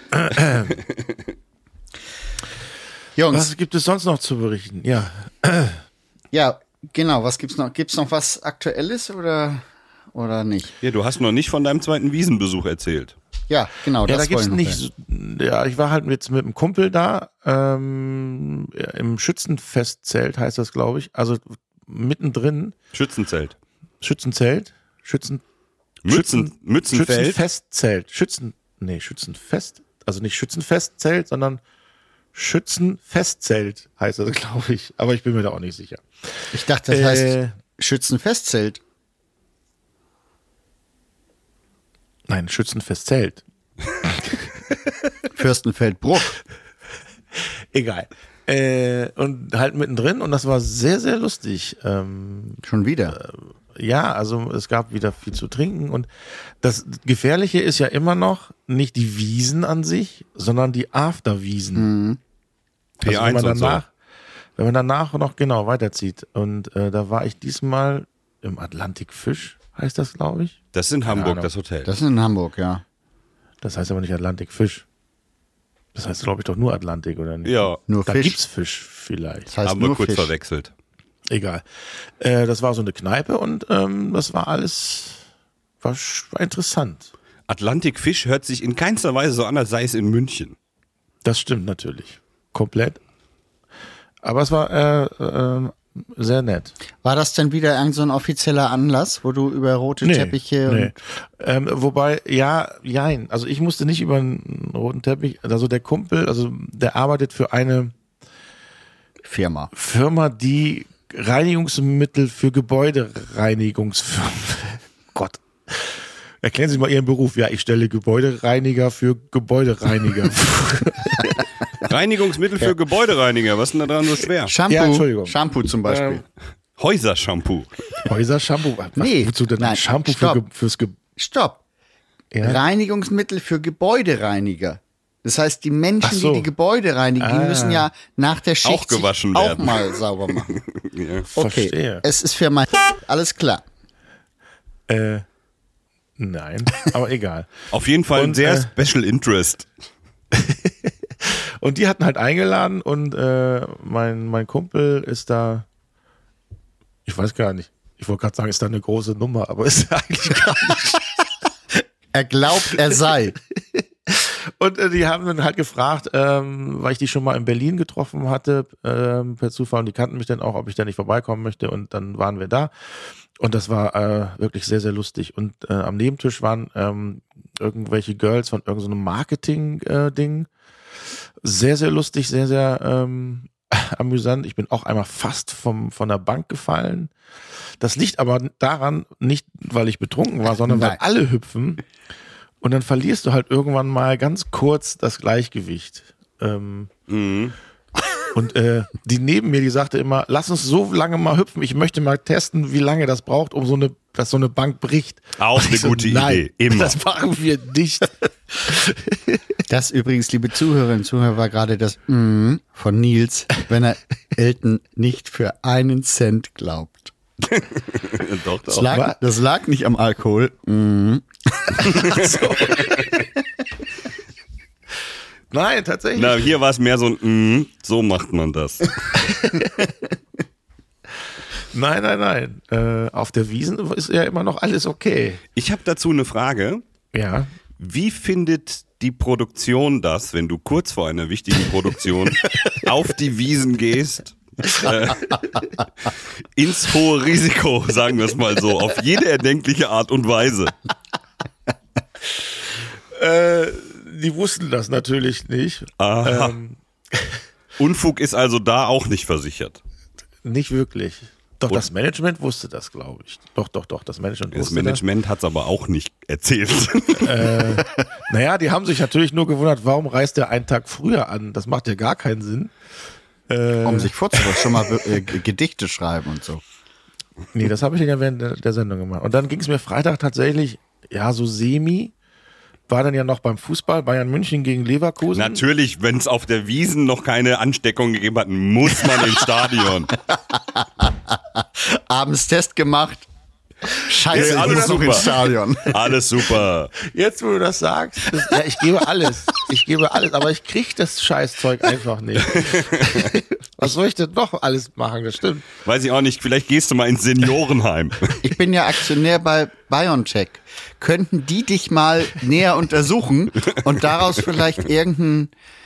Jungs, Was gibt es sonst noch zu berichten? Ja. ja, genau, was gibt's noch? Gibt's noch was Aktuelles oder, oder nicht? Ja, du hast noch nicht von deinem zweiten Wiesenbesuch erzählt. Ja, genau, Ja, das da gibt's wollen wir nicht. So, ja, ich war halt jetzt mit einem Kumpel da, ähm, ja, im Schützenfestzelt heißt das, glaube ich. Also mittendrin. Schützenzelt. Schützenzelt. Schützen. Mützen, Schützen, Mützenfeld. Schützenfestzelt. Schützen. Nee, Schützenfest. Also nicht Schützenfestzelt, sondern Schützenfestzelt heißt das, glaube ich. Aber ich bin mir da auch nicht sicher. Ich dachte, das Äh, heißt Schützenfestzelt. Nein, Schützenfestzelt. Fürstenfeldbruck. Egal. Äh, und halt mittendrin und das war sehr, sehr lustig. Ähm, Schon wieder. ja, also es gab wieder viel zu trinken und das Gefährliche ist ja immer noch nicht die Wiesen an sich, sondern die Afterwiesen. Mhm. Also P eins wenn man und so. danach, wenn man danach noch genau weiterzieht. Und äh, da war ich diesmal im Atlantic Fish, heißt das, glaube ich. Das ist in Hamburg, Ahnung. das Hotel. Das ist in Hamburg, ja. Das heißt aber nicht Atlantic Fish. Das heißt, glaube ich, doch nur Atlantik, oder nicht? ja, Nur Da Fisch. gibt's Fisch vielleicht. Das heißt haben wir nur kurz Fisch. verwechselt. Egal. Äh, das war so eine Kneipe und ähm, das war alles, war, sch- war interessant. Atlantic Fish hört sich in keinster Weise so an, als sei es in München. Das stimmt natürlich. Komplett. Aber es war äh, äh, sehr nett. War das denn wieder irgend so ein offizieller Anlass, wo du über rote Teppiche nee. und Ähm, wobei, ja, jein. Also ich musste nicht über einen roten Teppich, also der Kumpel, also der arbeitet für eine Firma? Firma, die Reinigungsmittel für Gebäudereinigungsfirmen. Gott. Erklären Sie mal Ihren Beruf. Ja, ich stelle Gebäudereiniger für Gebäudereiniger. Reinigungsmittel für Gebäudereiniger, was ist denn da dran so schwer? Shampoo. Ja, Entschuldigung. Shampoo zum Beispiel. Ähm, Häusershampoo. Häusershampoo. Was, Nee, wozu denn nein, Shampoo für, stopp. Ge- fürs Ge Stopp. ja? Reinigungsmittel für Gebäudereiniger. Das heißt, die Menschen, Ach so. die die Gebäude reinigen, die Ah. müssen ja nach der Schicht Auch gewaschen sich auch werden. mal sauber machen. Ja. Okay, Verstehe. es ist Firma. Alles klar. Äh, nein, aber egal. Auf jeden Fall ein Und, sehr äh, Special Interest. Und die hatten halt eingeladen und äh, mein, mein Kumpel ist da, ich weiß gar nicht, ich wollte gerade sagen, ist da eine große Nummer, aber ist er eigentlich gar nicht. Er glaubt, er sei. Und äh, die haben dann halt gefragt, ähm, weil ich die schon mal in Berlin getroffen hatte, ähm, per Zufall, und die kannten mich dann auch, ob ich da nicht vorbeikommen möchte, und dann waren wir da. Und das war äh, wirklich sehr, sehr lustig. Und äh, am Nebentisch waren ähm, irgendwelche Girls von irgendeinem so Marketing-Ding. Sehr, sehr lustig, sehr, sehr ähm, amüsant. Ich bin auch einmal fast vom, von der Bank gefallen. Das liegt aber daran, nicht weil ich betrunken war, sondern weil Nein. alle hüpfen. Und dann verlierst du halt irgendwann mal ganz kurz das Gleichgewicht. Ähm, Mhm. und äh, die neben mir, die sagte immer, lass uns so lange mal hüpfen. Ich möchte mal testen, wie lange das braucht, um so eine, dass so eine Bank bricht. Auch Und eine ich so, gute nein, Idee, immer. Das machen wir nicht. Das übrigens, liebe Zuhörerinnen und Zuhörer, war gerade das mm von Nils, wenn er Elton nicht für einen Cent glaubt. Doch, Das doch. lag, das lag nicht am Alkohol. Mm. Nein, tatsächlich. Na, hier war es mehr so ein, mm, so macht man das. Nein, nein, nein. Äh, auf der Wiesn ist ja immer noch alles okay. Ich habe dazu eine Frage. Ja. Wie findet die Produktion das, wenn du kurz vor einer wichtigen Produktion auf die Wiesen gehst? Äh, ins hohe Risiko, sagen wir es mal so, auf jede erdenkliche Art und Weise. Äh, die wussten das natürlich nicht. Aha. Ähm, Unfug ist also da auch nicht versichert. nicht wirklich. Doch, Und das Management wusste das, glaube ich. Doch, doch, doch, das Management das wusste Management hat es aber auch nicht erzählt. das. Äh, naja, die haben sich natürlich nur gewundert, warum reist der einen Tag früher an? Das macht ja gar keinen Sinn. Äh, Um sich vorzubereiten, schon mal äh, Gedichte schreiben und so. Nee, das habe ich ja während der, der Sendung gemacht. Und dann ging es mir Freitag tatsächlich, ja, so semi. War dann ja noch beim Fußball, Bayern München gegen Leverkusen. Natürlich, wenn es auf der Wiesn noch keine Ansteckung gegeben hat, muss man ins Stadion. Abends Test gemacht. Scheiße, Ja, ich muss noch super. ins Stadion. Alles super. Jetzt, wo du das sagst, das, ja, ich gebe alles. Ich gebe alles, aber ich kriege das Scheißzeug einfach nicht. Was soll ich denn noch alles machen? Das stimmt. Weiß ich auch nicht, vielleicht gehst du mal ins Seniorenheim. Ich bin ja Aktionär bei BioNTech. Könnten die dich mal näher untersuchen und daraus vielleicht irgendein,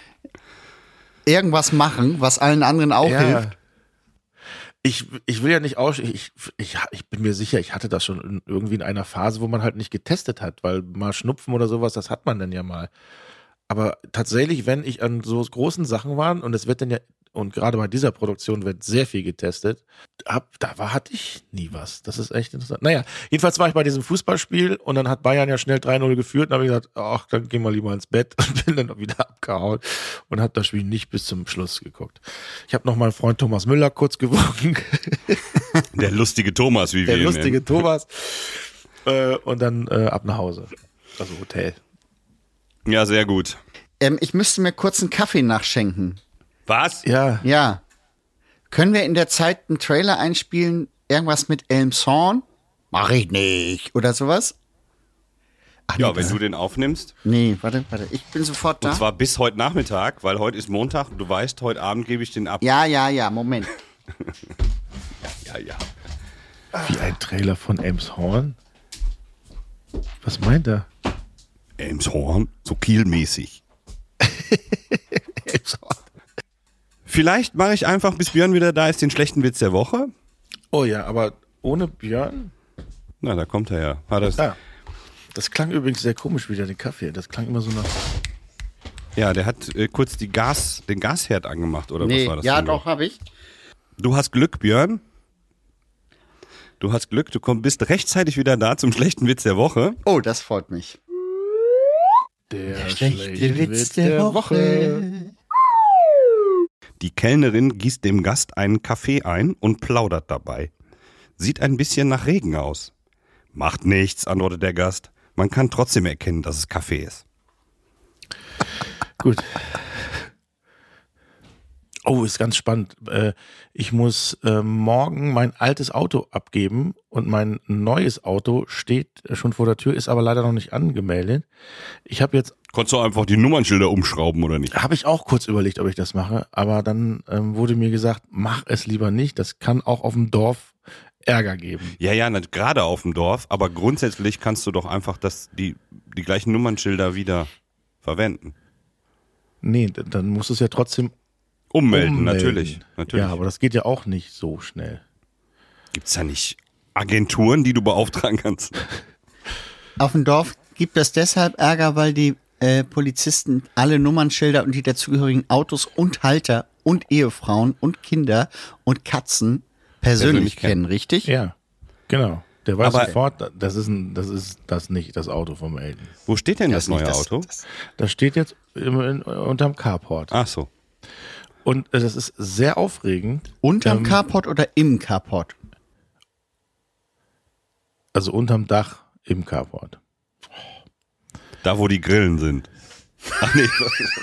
irgendwas machen, was allen anderen auch Ja. hilft? Ich, ich will ja nicht aus, ich, ich, ich bin mir sicher, ich hatte das schon in, irgendwie in einer Phase, wo man halt nicht getestet hat, weil mal Schnupfen oder sowas, das hat man dann ja mal. Aber tatsächlich, wenn ich an so großen Sachen war, und es wird dann ja, und gerade bei dieser Produktion wird sehr viel getestet, ab, da war, hatte ich nie was. Das ist echt interessant. Naja, jedenfalls war ich bei diesem Fußballspiel und dann hat Bayern ja schnell drei null geführt und habe ich gesagt, ach, dann gehen wir lieber ins Bett und bin dann wieder abgehauen und habe das Spiel nicht bis zum Schluss geguckt. Ich habe noch meinen Freund Thomas Müller kurz gewunken. Der lustige Thomas, wie wir Der ihn lustige nennen. Thomas. Äh, und dann äh, ab nach Hause. Also Hotel. Ja, sehr gut. Ähm, ich müsste mir kurz einen Kaffee nachschenken. Was? Ja. Ja. Können wir in der Zeit einen Trailer einspielen? Irgendwas mit Elmshorn? Mach ich nicht. Oder sowas? Ach, Ja, nee, wenn das- du den aufnimmst. Nee, warte, warte. Ich bin sofort da. Und zwar bis heute Nachmittag, weil heute ist Montag und du weißt, heute Abend gebe ich den ab. Ja, ja, ja, Moment. ja. ja. Wie ein Trailer von Elmshorn? Was meint er? Elmshorn, so kielmäßig. Elmshorn. Vielleicht mache ich einfach, bis Björn wieder da ist, den schlechten Witz der Woche. Oh ja, aber ohne Björn? Na, da kommt er ja. Hat das, Ja. Das klang übrigens sehr komisch wieder, den Kaffee. Das klang immer so nach... ja, der hat äh, kurz die Gas, den Gasherd angemacht, oder Nee, was war das? ja, denn? doch, habe ich. Du hast Glück, Björn. Du hast Glück, du komm, bist rechtzeitig wieder da zum schlechten Witz der Woche. Oh, das freut mich. Der, schlechte Witz der Woche. Die Kellnerin gießt dem Gast einen Kaffee ein und plaudert dabei. Sieht ein bisschen nach Regen aus. Macht nichts, antwortet der Gast. Man kann trotzdem erkennen, dass es Kaffee ist. Gut. Oh, ist ganz spannend. Äh, Ich muss äh, morgen mein altes Auto abgeben und mein neues Auto steht schon vor der Tür, ist aber leider noch nicht angemeldet. Ich habe jetzt, Konntest du einfach die Nummernschilder umschrauben, oder nicht? habe ich auch kurz überlegt, ob ich das mache, aber dann ähm, wurde mir gesagt, mach es lieber nicht. Das kann auch auf dem Dorf Ärger geben. Ja, ja, nicht gerade auf dem Dorf, aber grundsätzlich kannst du doch einfach das, die, die gleichen Nummernschilder wieder verwenden. Nee, d- dann muss es ja trotzdem Ummelden, ummelden. natürlich. natürlich. Ja, aber das geht ja auch nicht so schnell. Gibt's da nicht Agenturen, die du beauftragen kannst? Auf dem Dorf gibt es deshalb Ärger, weil die äh, Polizisten alle Nummernschilder und die dazugehörigen Autos und Halter und Ehefrauen und Kinder und Katzen persönlich, Persönlich kennen. kennen, richtig? Ja, genau. Der weiß Aber- sofort, das ist, ein, das ist das nicht das Auto vom Elden. Wo steht denn das, ist nicht neue das- Auto? das- Das steht jetzt im, in, unterm Carport. Ach so. Und äh, das ist sehr aufregend. Unterm Ähm, Carport oder im Carport? Also unterm Dach im Carport. Da, wo die Grillen sind. Ach nee.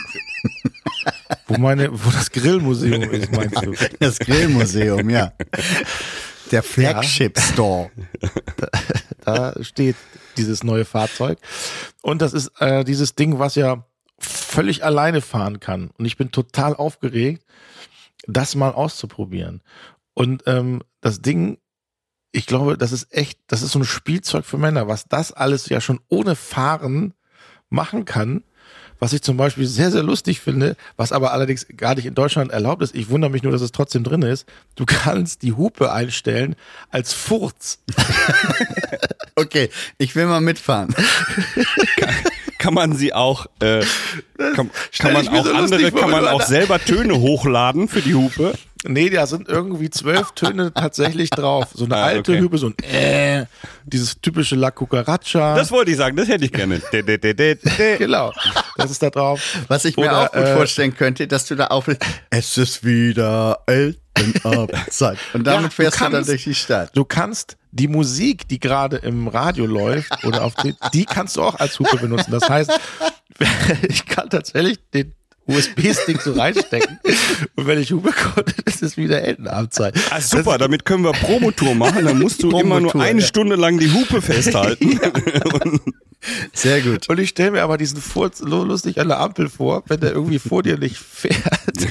Wo meine, wo das Grillmuseum ist, meinst du? Das Grillmuseum, ja. Der Flagship Store. Da steht dieses neue Fahrzeug. Und das ist äh, dieses Ding, was ja völlig alleine fahren kann. Und ich bin total aufgeregt, das mal auszuprobieren. Und ähm, das Ding, ich glaube, das ist echt, das ist so ein Spielzeug für Männer, was das alles ja schon ohne Fahren machen kann. Was ich zum Beispiel sehr, sehr lustig finde, was aber allerdings gar nicht in Deutschland erlaubt ist. Ich wundere mich nur, dass es trotzdem drin ist. Du kannst die Hupe einstellen als Furz. Okay, ich will mal mitfahren. Kann man sie auch, äh, kann, stell kann man ich mir auch so andere, lustig vor, kann man wenn du auch da- selber Töne hochladen für die Hupe? Nee, da sind irgendwie zwölf Töne tatsächlich drauf. So eine Ah, alte okay. Hübe, so ein äh, dieses typische La Cucaracha. Das wollte ich sagen, das hätte ich gerne. De, de, de, de, de. Genau, das ist da drauf. Was ich mir Oder, auch gut äh, vorstellen könnte, dass du da auf es ist wieder Elternabendzeit. Und damit Ja, du fährst du dann kannst- durch die Stadt. Du kannst die Musik, die gerade im Radio läuft oder auf den, die kannst du auch als Hupe benutzen. Das heißt, ich kann tatsächlich den U S B-Stick so reinstecken und wenn ich Hupe konnte, das ist wieder Eltenabendzeit. Ah, super, damit können wir Promotour machen. Dann musst du immer nur Promotour, eine ja. Stunde lang die Hupe festhalten. Sehr gut. Und ich stelle mir aber diesen Furz so lustig an der Ampel vor, wenn der irgendwie vor dir nicht fährt.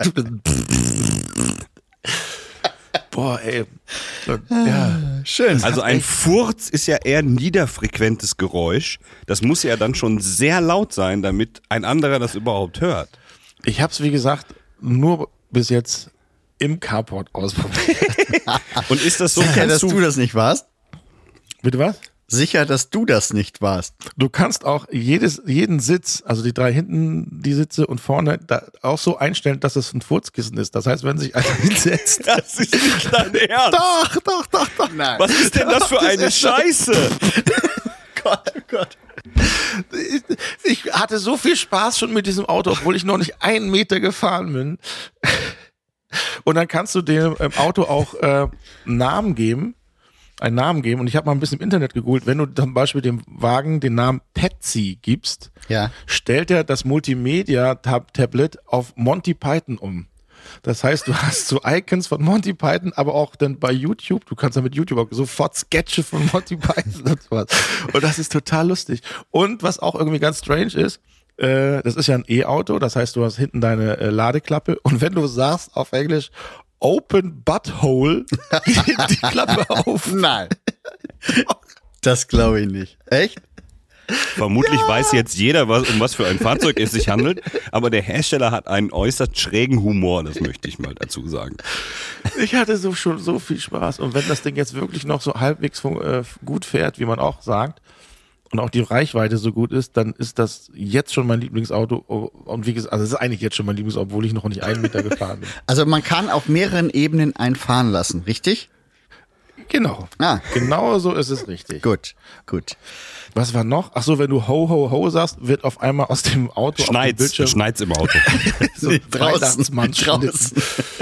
Boah, ey. Und, ja. Schön. Also ein Furz ist ja eher ein niederfrequentes Geräusch. Das muss ja dann schon sehr laut sein, damit ein anderer das überhaupt hört. Ich habe es, wie gesagt, nur bis jetzt im Carport ausprobiert. Und ist das so, Sicher, dass kannst du du, das nicht warst? Bitte was? Sicher, dass du das nicht warst. Du kannst auch jedes, jeden Sitz, also die drei hinten, die Sitze und vorne, da auch so einstellen, dass es ein Furzkissen ist. Das heißt, wenn sich einer hinsetzt. das ist nicht dein Ernst. Doch, doch, doch, doch. Nein. Was ist denn das für eine Scheiße? Gott, oh Gott. Ich hatte so viel Spaß schon mit diesem Auto, obwohl ich noch nicht einen Meter gefahren bin. Und dann kannst du dem ähm, Auto auch äh, einen Namen geben. einen Namen geben und ich habe mal ein bisschen im Internet gegoogelt, wenn du zum Beispiel dem Wagen den Namen Patsy gibst, Ja. stellt er das Multimedia-Tablet auf Monty Python um. Das heißt, du hast so Icons von Monty Python, aber auch dann bei YouTube, du kannst dann mit YouTube auch sofort Sketche von Monty Python und sowas. Und das ist total lustig. Und was auch irgendwie ganz strange ist, äh, das ist ja ein E-Auto, das heißt, du hast hinten deine äh, Ladeklappe und wenn du sagst auf Englisch Open Butthole, geht die Klappe auf. Nein. Das glaube ich nicht. Echt? Vermutlich weiß jetzt jeder, was, um was für ein Fahrzeug es sich handelt, aber der Hersteller hat einen äußerst schrägen Humor, das möchte ich mal dazu sagen. Ich hatte so schon so viel Spaß und wenn das Ding jetzt wirklich noch so halbwegs äh, gut fährt, wie man auch sagt, und auch die Reichweite so gut ist, dann ist das jetzt schon mein Lieblingsauto. Und wie gesagt, also es ist eigentlich jetzt schon mein Lieblingsauto, obwohl ich noch nicht einen Meter gefahren bin. Also man kann auf mehreren Ebenen einen fahren lassen, richtig? Genau. Ah. Genau so ist es richtig. Gut, gut. Was war noch? Ach so, wenn du ho, ho, ho sagst, wird auf einmal aus dem Auto auf dem Schneit's, Bildschirm schneit's im Auto. so ein draußen, Weihnachtsmann draußen.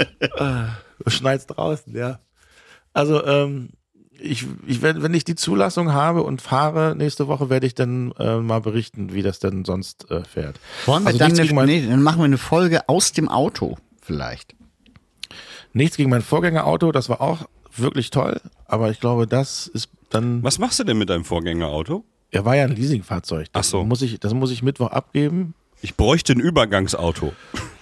Schneit's draußen, ja. Also, ähm, ich, ich werd, wenn ich die Zulassung habe und fahre nächste Woche, werde ich dann äh, mal berichten, wie das denn sonst äh, fährt. Wollen wir also dann nichts eine, gegen mein, nee, dann machen wir eine Folge aus dem Auto vielleicht. nichts gegen mein Vorgängerauto, das war auch wirklich toll, aber ich glaube, das ist dann, Was machst du denn mit deinem Vorgängerauto? er war ja ein Leasingfahrzeug. Das Ach so. muss ich, das muss ich Mittwoch abgeben. Ich bräuchte ein Übergangsauto.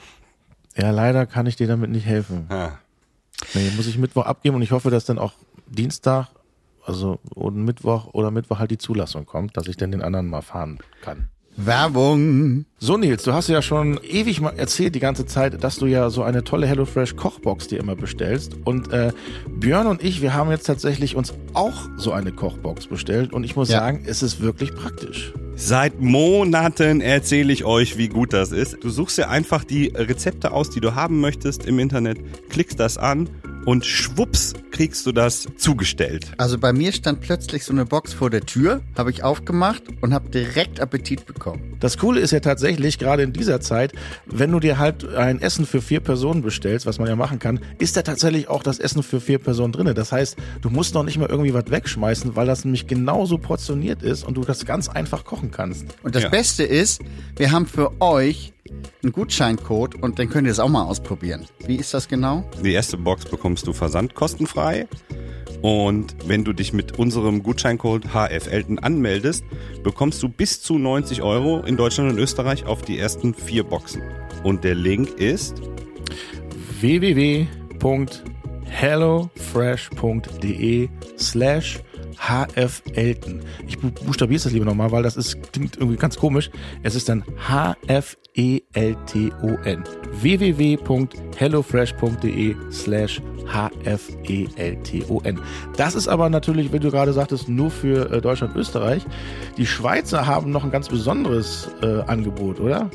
Ja, leider kann ich dir damit nicht helfen. Ah. Nee, muss ich Mittwoch abgeben und ich hoffe, dass dann auch Dienstag, also oder Mittwoch oder Mittwoch halt die Zulassung kommt, dass ich dann den anderen mal fahren kann. Werbung. So Nils, du hast ja schon ewig mal erzählt die ganze Zeit, dass du ja so eine tolle HelloFresh Kochbox dir immer bestellst und äh, Björn und ich, wir haben jetzt tatsächlich uns auch so eine Kochbox bestellt und ich muss Ja. sagen, es ist wirklich praktisch. Seit Monaten erzähle ich euch, wie gut das ist. Du suchst dir einfach die Rezepte aus, die du haben möchtest im Internet, klickst das an und schwupps kriegst du das zugestellt. Also bei mir stand plötzlich so eine Box vor der Tür, habe ich aufgemacht und habe direkt Appetit bekommen. Das Coole ist ja tatsächlich, gerade in dieser Zeit, wenn du dir halt ein Essen für vier Personen bestellst, was man ja machen kann, ist da tatsächlich auch das Essen für vier Personen drin. Das heißt, du musst noch nicht mal irgendwie was wegschmeißen, weil das nämlich genauso portioniert ist und du das ganz einfach kochen kannst. Und das Ja. Beste ist, wir haben für euch einen Gutscheincode und dann könnt ihr es auch mal ausprobieren. Wie ist das genau? Die erste Box bekommst du versandkostenfrei. Und wenn du dich mit unserem Gutscheincode H F Elten anmeldest, bekommst du bis zu neunzig Euro in Deutschland und Österreich auf die ersten vier Boxen. Und der Link ist w w w punkt hellofresh punkt de slash hfelten. Ich bu- buchstabiere das lieber nochmal, weil das ist, klingt irgendwie ganz komisch. Es ist dann H F E L T O N. w w w punkt hellofresh punkt de slash H F E L T O N. Das ist aber natürlich, wie du gerade sagtest, nur für äh, Deutschland und Österreich. Die Schweizer haben noch ein ganz besonderes äh, Angebot, oder?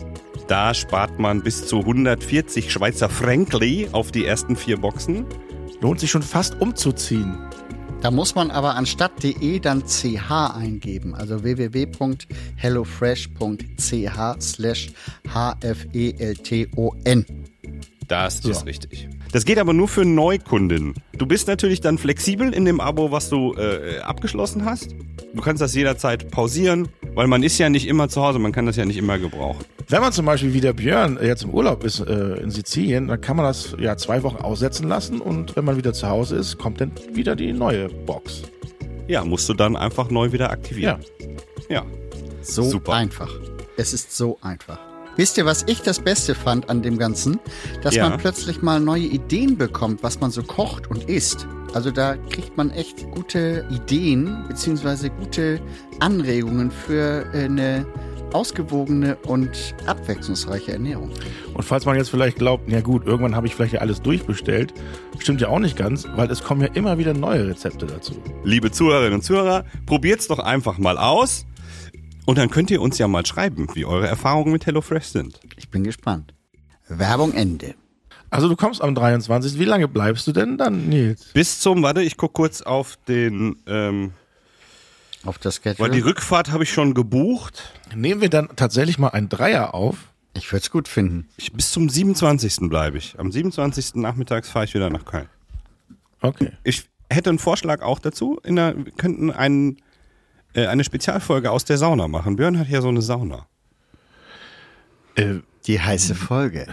Da spart man bis zu hundertvierzig Schweizer Frankli auf die ersten vier Boxen. Lohnt sich schon fast umzuziehen. Da muss man aber anstatt de dann ch eingeben, also w w w punkt hellofresh punkt c h slash h f e l t o n. Das So. ist richtig. Das geht aber nur für Neukunden. Du bist natürlich dann flexibel in dem Abo, was du äh, abgeschlossen hast. Du kannst das jederzeit pausieren, weil man ist ja nicht immer zu Hause, man kann das ja nicht immer gebrauchen. Wenn man zum Beispiel wie der Björn jetzt im Urlaub ist äh, in Sizilien, dann kann man das ja zwei Wochen aussetzen lassen und wenn man wieder zu Hause ist, kommt dann wieder die neue Box. Ja, musst du dann einfach neu wieder aktivieren. Ja. Ja. So Super. einfach. Es ist so einfach. Wisst ihr, was ich das Beste fand an dem Ganzen? Dass Ja. man plötzlich mal neue Ideen bekommt, was man so kocht und isst. Also da kriegt man echt gute Ideen beziehungsweise gute Anregungen für eine ausgewogene und abwechslungsreiche Ernährung. Und falls man jetzt vielleicht glaubt, ja gut, irgendwann habe ich vielleicht ja alles durchbestellt, stimmt ja auch nicht ganz, weil es kommen ja immer wieder neue Rezepte dazu. Liebe Zuhörerinnen und Zuhörer, probiert's doch einfach mal aus. Und dann könnt ihr uns ja mal schreiben, wie eure Erfahrungen mit HelloFresh sind. Ich bin gespannt. Werbung Ende. Also du kommst am dreiundzwanzigsten Wie lange bleibst du denn dann, Nils? Bis zum, warte, ich guck kurz auf den, ähm, Auf das Schedule. weil die Rückfahrt habe ich schon gebucht. Nehmen wir dann tatsächlich mal einen Dreier auf? Ich würde es gut finden. Ich, bis zum siebenundzwanzigsten bleibe ich. Am siebenundzwanzigsten nachmittags fahre ich wieder nach Köln. Okay. Ich hätte einen Vorschlag auch dazu. In der, wir könnten einen, äh, eine Spezialfolge aus der Sauna machen. Björn hat ja so eine Sauna. Äh, Die heiße Folge.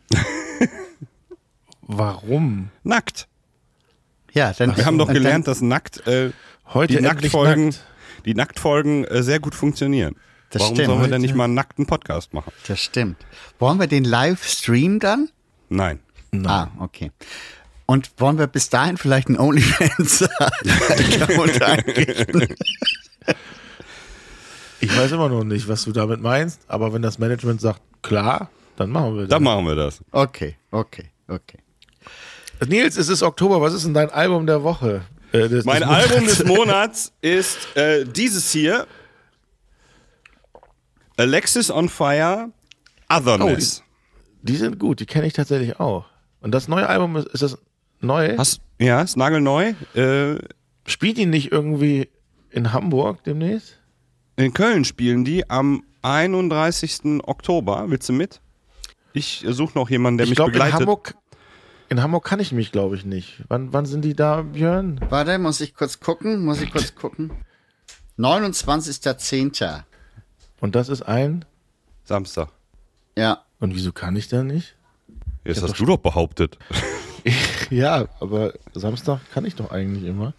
warum? Nackt. Ja, dann. Wir haben doch und gelernt, dass nackt äh, Heute die endlich Nacktfolgen, nackt. die Nacktfolgen äh, sehr gut funktionieren. Das Warum stimmt. sollen wir denn Heute- nicht mal einen nackten Podcast machen? Dann, das stimmt. Wollen wir den Livestream dann? Nein. Ah, okay. Und wollen wir bis dahin vielleicht einen OnlyFans-Account einrichten? Ich weiß immer noch nicht, was du damit meinst, aber wenn das Management sagt, klar, dann machen wir das. Dann machen wir das. Okay, okay, okay. Nils, es ist Oktober, was ist denn dein Album der Woche? Äh, des, Mein des Album Monats? des Monats ist äh, dieses hier. Alexis on Fire, Otherness. Die sind gut, die kenne ich tatsächlich auch. Und das neue Album, ist, ist das neu? Hast, ja, ist nagelneu. Äh, Spielt die nicht irgendwie in Hamburg demnächst? in Köln spielen die am einunddreißigsten Oktober. Willst du mit? Ich äh, suche noch jemanden, der Ich mich glaube, in begleitet. Hamburg, in Hamburg kann ich mich, glaube ich, nicht. Wann, wann sind die da, Björn? Warte, muss ich kurz gucken, muss ich kurz gucken. neunundzwanzigster zehnter Und das ist ein... Samstag. Ja, Und wieso kann ich da nicht? Jetzt Ja, hast doch. du doch behauptet. Ja, aber Samstag kann ich doch eigentlich immer.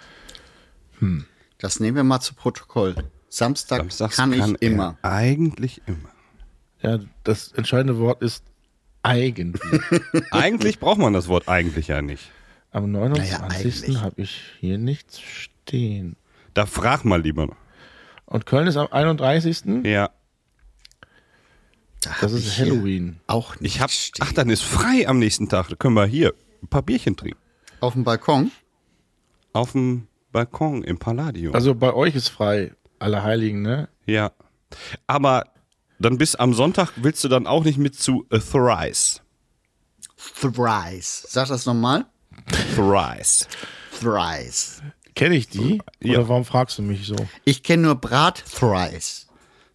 das nehmen wir mal zu Protokoll. Samstag Samstags kann ich er immer. Eigentlich immer. Ja, das entscheidende Wort ist eigentlich. Eigentlich braucht man das Wort eigentlich ja nicht. Am Naja, neunundzwanzigsten eigentlich. habe ich hier nichts stehen. Da frag mal lieber noch. Und Köln ist am einunddreißigsten Ja. Da Das hab ist ich hier Halloween. Auch nicht Ich hab, stehen. ach, dann ist frei am nächsten Tag. Da können wir hier ein paar Bierchen trinken. Auf dem Balkon? Auf dem Balkon im Palladium. Also bei euch ist frei, alle Heiligen, ne? Ja. Aber dann bis am Sonntag willst du dann auch nicht mit zu A Thrice. Thrice. Sag das nochmal. Thrice. Thrice. Kenne ich die? Ja. Oder warum fragst du mich so? Ich kenne nur Brat Thrice.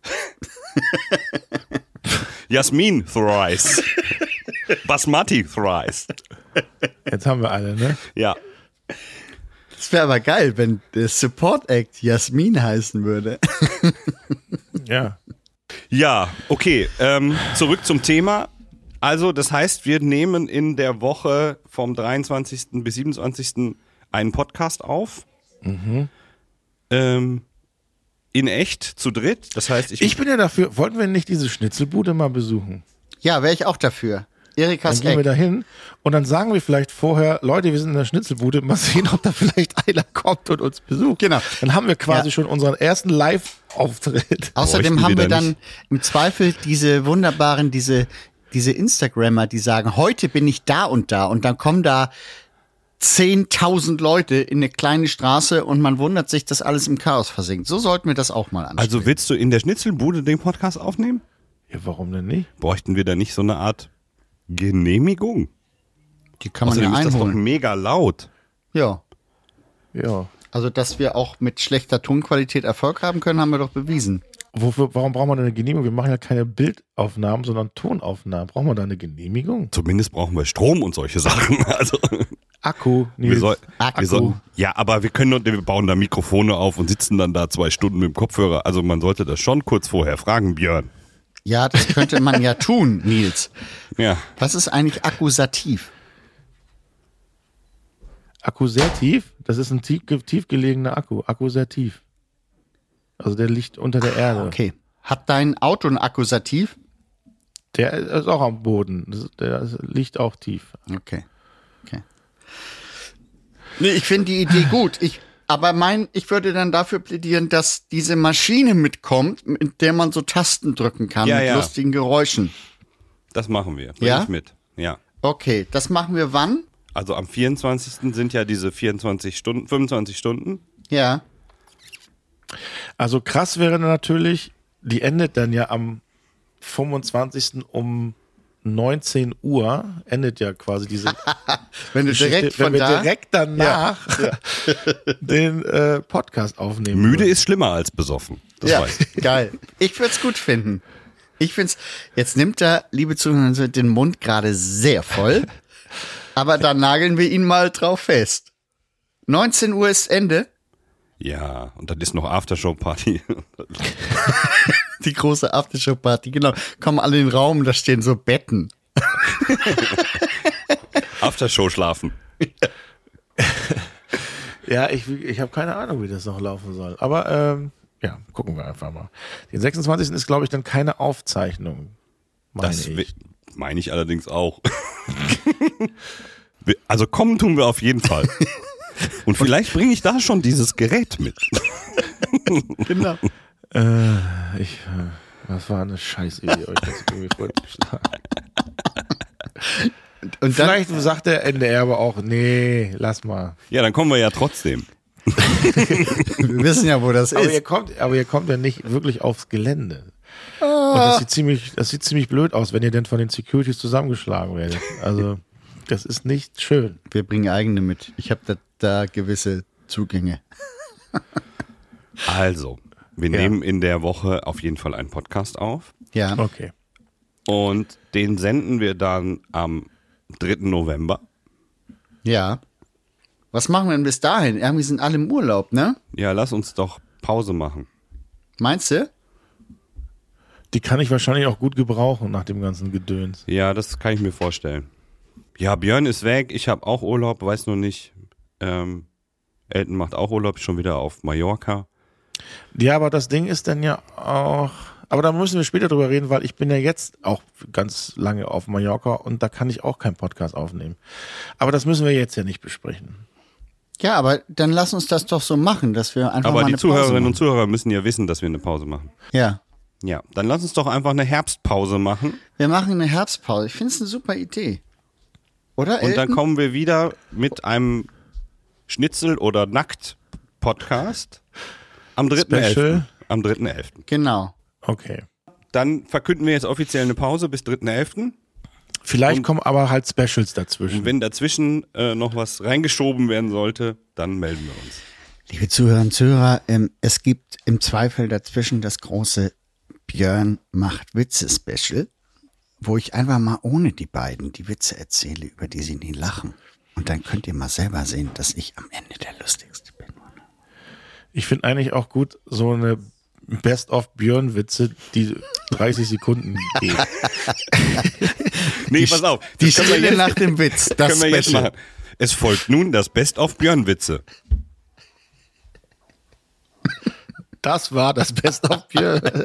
Jasmin Thrice. Basmati Thrice. Jetzt haben wir alle, ne? Ja. Das wäre aber geil, wenn der Support Act Jasmin heißen würde. Ja. Ja, okay. Ähm, zurück zum Thema. Also, das heißt, wir nehmen in der Woche vom dreiundzwanzigsten bis siebenundzwanzigsten einen Podcast auf. Mhm. Ähm, in echt, zu dritt. Das heißt, ich, Ich bin ja dafür, wollten wir nicht diese Schnitzelbude mal besuchen? Ja, wäre ich auch dafür. Dann Erikas gehen wir Eck. da hin und dann sagen wir vielleicht vorher, Leute, wir sind in der Schnitzelbude, mal sehen, ob da vielleicht einer kommt und uns besucht. Genau. Dann haben wir quasi Ja. schon unseren ersten Live-Auftritt. Außerdem Bräuchten haben wir wir da dann nicht. im Zweifel diese wunderbaren, diese, diese Instagrammer, die sagen, heute bin ich da und da und dann kommen da zehntausend Leute in eine kleine Straße und man wundert sich, dass alles im Chaos versinkt. So sollten wir das auch mal anschauen. also willst du in der Schnitzelbude den Podcast aufnehmen? Ja, warum denn nicht? Bräuchten wir da nicht so eine Art Genehmigung? Die kann man Außerdem ja ist das doch einholen. mega laut. Ja. Ja. Also, dass wir auch mit schlechter Tonqualität Erfolg haben können, haben wir doch bewiesen. Wofür, warum brauchen wir denn eine Genehmigung? Wir machen ja keine Bildaufnahmen, sondern Tonaufnahmen. Brauchen wir da eine Genehmigung? Zumindest brauchen wir Strom und solche Sachen. Also, Akku. wir Nils. soll, Akku. wir soll, ja, aber wir können, wir bauen da Mikrofone auf und sitzen dann da zwei Stunden mit dem Kopfhörer. Also man sollte das schon kurz vorher fragen, Björn. Ja, das könnte man ja tun, Nils. Ja, Was ist eigentlich Akkusativ? Akku sehr tief. Das ist ein tief, tief gelegener Akku. Akku sehr tief. Also der liegt unter der Erde. Okay. Hat dein Auto ein Akkusativ? Der ist auch am Boden. Das, der liegt auch tief. Okay. Okay. Nee, ich finde die Idee gut. Ich, aber mein, ich würde dann dafür plädieren, dass diese Maschine mitkommt, mit der man so Tasten drücken kann, Ja, mit ja. lustigen Geräuschen. das machen wir. Bring Ja? ich mit. Ja. Okay, das machen wir wann? Also am vierundzwanzigsten sind ja diese vierundzwanzig Stunden, fünfundzwanzig Stunden. Ja. Also krass wäre natürlich, die endet dann ja am fünfundzwanzigsten um neunzehn Uhr, endet ja quasi diese Wenn du Geschichte, direkt wenn von wir da. direkt danach den äh, Podcast aufnehmen. Müde würden. ist schlimmer als besoffen. Das Ja, weiß ich. geil. Ich würde es gut finden. Ich finde es, jetzt nimmt er, liebe Zuhörer, den Mund gerade sehr voll, aber da nageln wir ihn mal drauf fest. neunzehn Uhr ist Ende. Ja, und dann ist noch Aftershow-Party. Die große Aftershow-Party, genau. Kommen alle in den Raum, da stehen so Betten. Aftershow schlafen. Ja, ich, ich habe keine Ahnung, wie das noch laufen soll. Aber ähm, ja, gucken wir einfach mal. Den sechsundzwanzigsten ist, glaube ich, dann keine Aufzeichnung. Meine Das ich. meine ich allerdings auch. Wir- also kommen tun wir auf jeden Fall. Und vielleicht bringe ich da schon dieses Gerät mit. Genau. Äh, ich, äh, das war eine Scheißidee, euch das irgendwie vorzuschlagen. Und dann, Vielleicht sagt der N D R aber auch, nee, lass mal. Ja, dann kommen wir ja trotzdem. wir wissen ja, wo das Aber ihr ist. kommt, aber ihr kommt ja nicht wirklich aufs Gelände. Und das sieht ziemlich, das sieht ziemlich blöd aus, wenn ihr denn von den Securities zusammengeschlagen werdet. Also, das ist nicht schön. Wir bringen eigene mit. Ich habe da, da gewisse Zugänge. Also, wir Ja. nehmen in der Woche auf jeden Fall einen Podcast auf. Ja. Okay. Und den senden wir dann am dritten November. Ja. Was machen wir denn bis dahin? Irgendwie sind alle im Urlaub, ne? Ja, lass uns doch Pause machen. Meinst du? Die kann ich wahrscheinlich auch gut gebrauchen nach dem ganzen Gedöns. Ja, das kann ich mir vorstellen. Ja, Björn ist weg, ich habe auch Urlaub, weiß nur nicht. Ähm, Elton macht auch Urlaub, schon wieder auf Mallorca. Ja, aber das Ding ist dann ja auch, aber da müssen wir später drüber reden, weil ich bin ja jetzt auch ganz lange auf Mallorca und da kann ich auch keinen Podcast aufnehmen. Aber das müssen wir jetzt ja nicht besprechen. Ja, aber dann lass uns das doch so machen, dass wir einfach Aber mal die eine Zuhörerinnen Pause und machen. Zuhörer müssen ja wissen, dass wir eine Pause machen. Ja. Ja, dann lass uns doch einfach eine Herbstpause machen. Wir machen eine Herbstpause. Ich finde es eine super Idee. Oder, Und dann Elton? kommen wir wieder mit einem Schnitzel- oder Nackt-Podcast am dritten elften. Special. Am dritten elften. Genau. Okay. Dann verkünden wir jetzt offiziell eine Pause bis dritten elften. Vielleicht Und- kommen aber halt Specials dazwischen. Und wenn dazwischen äh, noch was reingeschoben werden sollte, dann melden wir uns. Liebe Zuhörer und Zuhörer, ähm, es gibt im Zweifel dazwischen das große Björn macht Witze Special, wo ich einfach mal ohne die beiden die Witze erzähle, über die sie nie lachen. Und dann könnt ihr mal selber sehen, dass ich am Ende der Lustigste bin. Ich finde eigentlich auch gut so eine Best-of-Björn-Witze, die dreißig Sekunden geht. Nee, pass auf. Die das können wir Stille jetzt- nach dem Witz, das können wir jetzt Special. machen. Es folgt nun das Best-of-Björn-Witze. Das war das Best-of-Björn.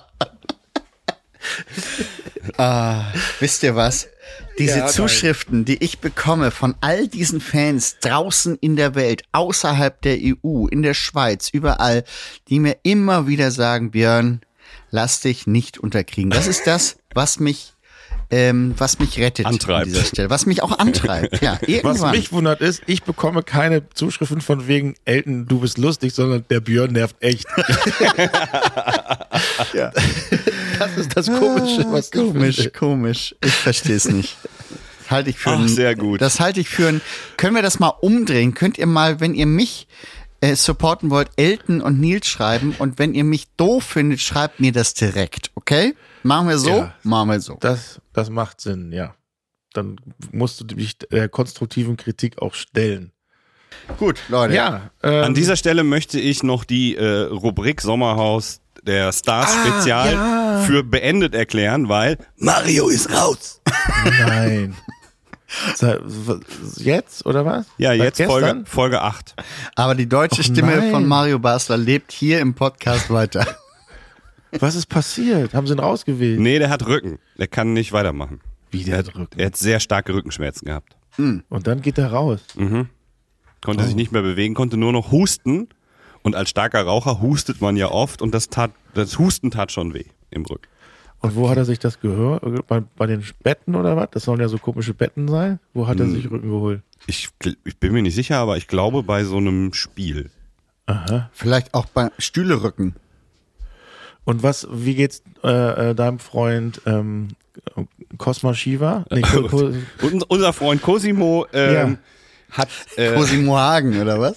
Wisst ihr was? Diese Ja, Zuschriften, die ich bekomme von all diesen Fans draußen in der Welt, außerhalb der E U, in der Schweiz, überall, die mir immer wieder sagen, Björn, lass dich nicht unterkriegen. Das ist das, was mich, ähm, was mich rettet Antreibt. an dieser Stelle, was mich auch antreibt. Ja, Was irgendwann. mich wundert ist, ich bekomme keine Zuschriften von wegen Elton, du bist lustig, sondern der Björn nervt echt. Das ist das Komische, was ich Komisch, finde. komisch. Ich verstehe es nicht. Halte ich für Ach, ein, sehr gut. Das halte ich für ein. Können wir das mal umdrehen? Könnt ihr mal, wenn ihr mich äh, supporten wollt, Elton und Nils schreiben und wenn ihr mich doof findet, schreibt mir das direkt, okay? Machen wir so? Ja. Machen wir so. Das, das macht Sinn, ja. Dann musst du dich der konstruktiven Kritik auch stellen. Gut, Leute. Ja. Ähm, An dieser Stelle möchte ich noch die äh, Rubrik Sommerhaus der Stars Ah, Spezial ja. für beendet erklären, weil Mario ist raus. Nein. Seit- Jetzt, oder was? Ja, Seit jetzt Folge, gestern? Folge acht. Aber die deutsche Och, Stimme nein. von Mario Basler lebt hier im Podcast weiter. Was ist passiert? Haben sie ihn rausgewählt? Nee, der hat Rücken. Der kann nicht weitermachen. Wie der drückt. Er hat sehr starke Rückenschmerzen gehabt. Und dann geht er raus. Konnte Oh. sich nicht mehr bewegen, konnte nur noch husten. Und als starker Raucher hustet man ja oft und das tat, das Husten tat schon weh im Rücken. Und wo hat er sich das gehört? Bei, bei den Betten oder was? Das sollen ja so komische Betten sein. Wo hat er Hm. sich Rücken geholt? Ich, gl- ich bin mir nicht sicher, aber ich glaube bei so einem Spiel. Aha. Vielleicht auch bei Stühlerücken. Und was, wie geht's äh, äh, deinem Freund ähm, Cosma Shiva? Nee, Ko- Ko- Und unser Freund Cosimo ähm, Ja. hat äh, Cosimo Hagen, oder was?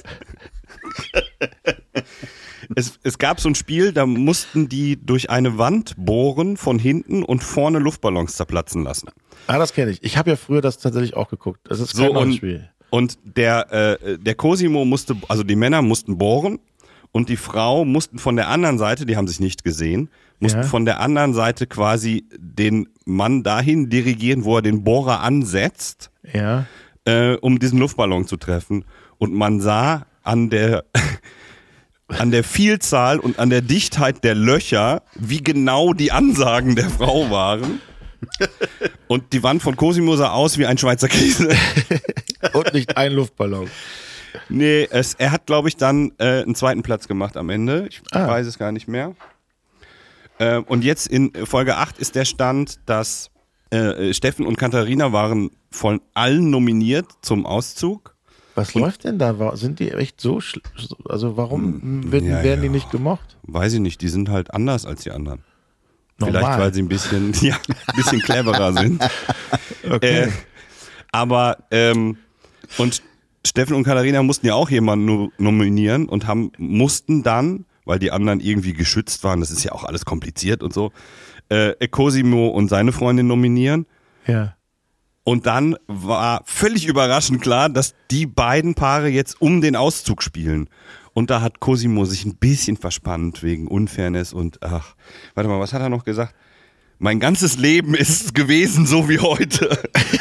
es, es gab so ein Spiel, da mussten die durch eine Wand bohren von hinten und vorne Luftballons zerplatzen lassen. ah, das kenne ich. Ich habe ja früher das tatsächlich auch geguckt. Das ist So kein neues und, Spiel. und der, äh, der Cosimo musste, also die Männer mussten bohren und die Frau mussten von der anderen Seite, die haben sich nicht gesehen, mussten Ja. von der anderen Seite quasi den Mann dahin dirigieren, wo er den Bohrer ansetzt, Ja. äh, um diesen Luftballon zu treffen. Und man sah an der an der Vielzahl und an der Dichtheit der Löcher, wie genau die Ansagen der Frau waren. Und die Wand von Cosimo sah aus wie ein Schweizer Käse. Und nicht ein Luftballon. Nee, es, er hat, glaube ich, dann äh, einen zweiten Platz gemacht am Ende. Ich Ah. weiß es gar nicht mehr. Äh, und jetzt in Folge acht ist der Stand, dass äh, Steffen und Katharina waren von allen nominiert zum Auszug. Was läuft denn da? Wa- Sind die echt so, schl- so- also warum werden, ja, werden die ja. nicht gemocht? Weiß ich nicht, die sind halt anders als die anderen. Normal. Vielleicht, weil sie ein bisschen, ja, ein bisschen cleverer sind. Okay. Äh, aber, ähm, und Steffen und Katharina mussten ja auch jemanden no- nominieren und haben, mussten dann, weil die anderen irgendwie geschützt waren, das ist ja auch alles kompliziert und so, äh, Cosimo und seine Freundin nominieren. Ja. Und dann war völlig überraschend klar, dass die beiden Paare jetzt um den Auszug spielen. Und da hat Cosimo sich ein bisschen verspannt wegen Unfairness und ach, warte mal, was hat er noch gesagt? Mein ganzes Leben ist gewesen so wie heute.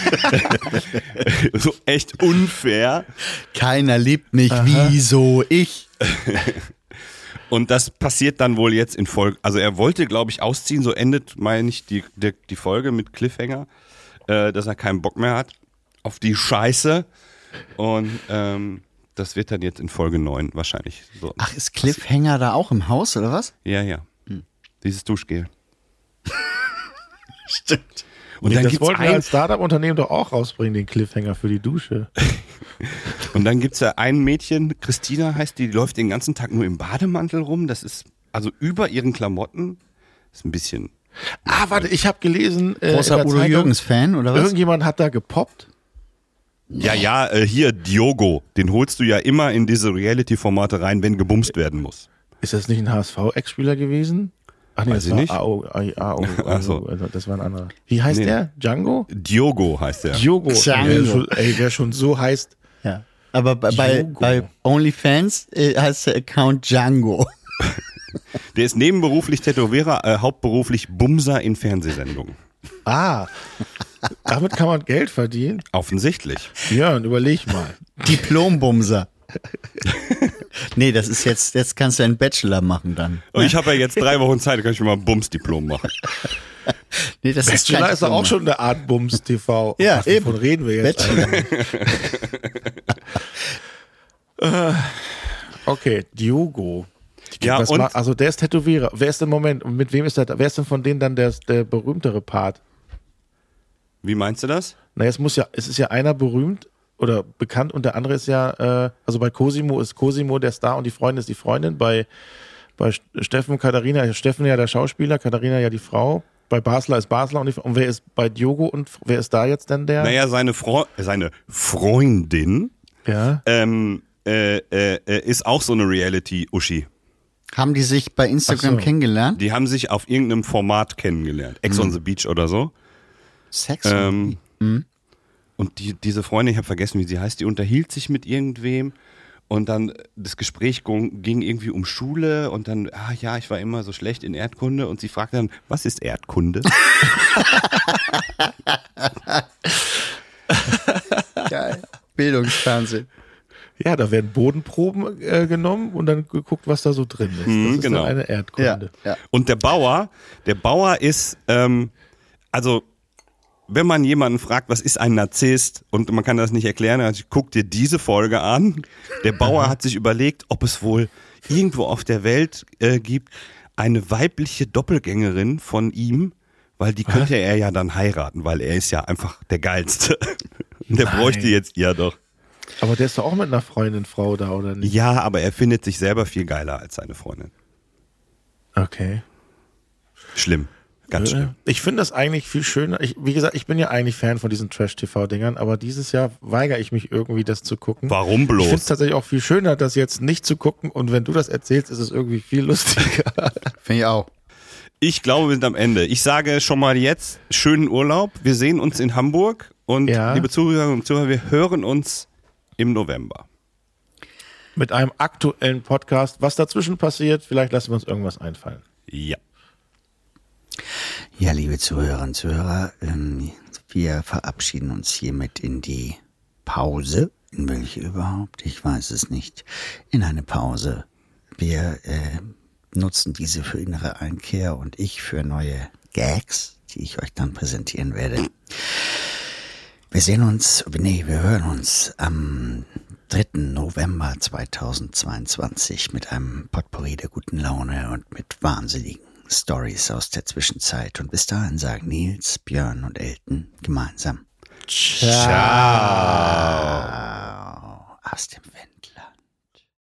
So echt unfair. Keiner liebt mich, wieso ich? Und das passiert dann wohl jetzt in Folge. Also er wollte, glaube ich, ausziehen. So endet, meine ich, die, die, die Folge mit Cliffhanger, äh, dass er keinen Bock mehr hat auf die Scheiße. Und ähm, das wird dann jetzt in Folge neun wahrscheinlich so. Ach, ist Cliffhanger da auch im Haus, oder was? Ja, ja. Dieses Duschgel. Stimmt. Und Nee, dann das gibt's wollten wir ein, als Startup-Unternehmen doch auch rausbringen, den Cliffhanger für die Dusche. und dann gibt's ja ein Mädchen, Christina heißt die, die läuft den ganzen Tag nur im Bademantel rum. Das ist also über ihren Klamotten. Ist ein bisschen. Ah, warte, ich habe gelesen, äh, in Großer der Udo Zeitung, Jürgens-Fan, oder was? irgendjemand hat da gepoppt. Ja, ja, äh, hier, Diogo. Den holst du ja immer in diese Reality-Formate rein, wenn gebumst werden muss. Ist das nicht ein H S V-Ex-Spieler gewesen? Ach nee, Weiß das ich war nicht. A O, A O, Ach so. also das war ein anderer. Wie heißt Nee. der? Django? Diogo heißt der. Diogo. Django. Wer schon, ey, wer schon so heißt. Ja. Aber bei, bei, Diogo. bei OnlyFans äh, heißt der Account Django. Der ist nebenberuflich Tätowierer, äh, hauptberuflich Bumser in Fernsehsendungen. Ah, damit kann man Geld verdienen. Offensichtlich. Björn, überleg mal. Diplombumser. Nee, das ist jetzt, jetzt kannst du einen Bachelor machen dann. Und ich habe ja jetzt drei Wochen Zeit, da kann ich mir mal ein Bumsdiplom machen. Nee, das ist kein Bachelor ist doch auch Diplom. schon eine Art Bums-T V. Ja, Was, eben. Wovon reden wir jetzt Bachelor. eigentlich? Äh, Okay, Diogo. Ja, Was und ma- also der ist Tätowierer. Wer ist im Moment, und mit wem ist der, wer ist denn von denen dann der, der berühmtere Part? wie meinst du das? Na, es muss ja, es ist ja einer berühmt oder bekannt und der andere ist ja, äh, also bei Cosimo ist Cosimo der Star und die Freundin ist die Freundin. Bei, Bei Steffen und Katharina, Steffen ja der Schauspieler, Katharina ja die Frau. Bei Basler ist Basler und, die, und wer ist bei Diogo und wer ist da jetzt denn der? Naja, seine, Fro- seine Freundin Ja. ähm, äh, äh, ist auch so eine Reality-Uschi. Haben die sich bei Instagram Ach so. kennengelernt? Die haben sich auf irgendeinem Format kennengelernt. Ex on the Beach oder so. Sex? Ähm, Und die, diese Freundin, ich habe vergessen, wie sie heißt, die unterhielt sich mit irgendwem. Und dann das Gespräch ging ging irgendwie um Schule und dann, ah ja, ich war immer so schlecht in Erdkunde und sie fragte dann, was ist Erdkunde? Geil. Bildungsfernsehen. Ja, da werden Bodenproben äh, genommen und dann geguckt, was da so drin ist. Mhm, das ist genau. dann eine Erdkunde. Ja. Und der Bauer, der Bauer ist, ähm, also wenn man jemanden fragt, was ist ein Narzisst und man kann das nicht erklären, dann guck dir diese Folge an. Der Bauer hat sich überlegt, ob es wohl irgendwo auf der Welt äh, gibt eine weibliche Doppelgängerin von ihm, weil die könnte er ja dann heiraten, weil er ist ja einfach der Geilste. Der Nein. bräuchte jetzt, ja doch. Aber der ist doch auch mit einer Freundin, Frau da, oder nicht? Ja, aber er findet sich selber viel geiler als seine Freundin. Okay. Schlimm. Ganz schlimm. Ich finde das eigentlich viel schöner. Ich, wie gesagt, ich bin ja eigentlich Fan von diesen Trash-T V-Dingern, aber dieses Jahr weigere ich mich irgendwie, das zu gucken. Warum Ich finde es bloß? tatsächlich auch viel schöner, das jetzt nicht zu gucken und wenn du das erzählst, ist es irgendwie viel lustiger. Finde ich auch. Ich glaube, wir sind am Ende. Ich sage schon mal jetzt, schönen Urlaub. Wir sehen uns in Hamburg und Ja. liebe Zuhörerinnen und Zuhörer, wir hören uns im November. Mit einem aktuellen Podcast. Was dazwischen passiert, vielleicht lassen wir uns irgendwas einfallen. Ja. Ja, liebe Zuhörerinnen und Zuhörer, ähm, wir verabschieden uns hiermit in die Pause. In welche überhaupt? Ich weiß es nicht. In eine Pause. Wir äh, nutzen diese für innere Einkehr und ich für neue Gags, die ich euch dann präsentieren werde. Wir sehen uns, nee, wir hören uns am dritten November zweitausendzweiundzwanzig mit einem Potpourri der guten Laune und mit wahnsinnigen Stories aus der Zwischenzeit. Und bis dahin sagen Nils, Björn und Elton gemeinsam Ciao. aus dem Wind.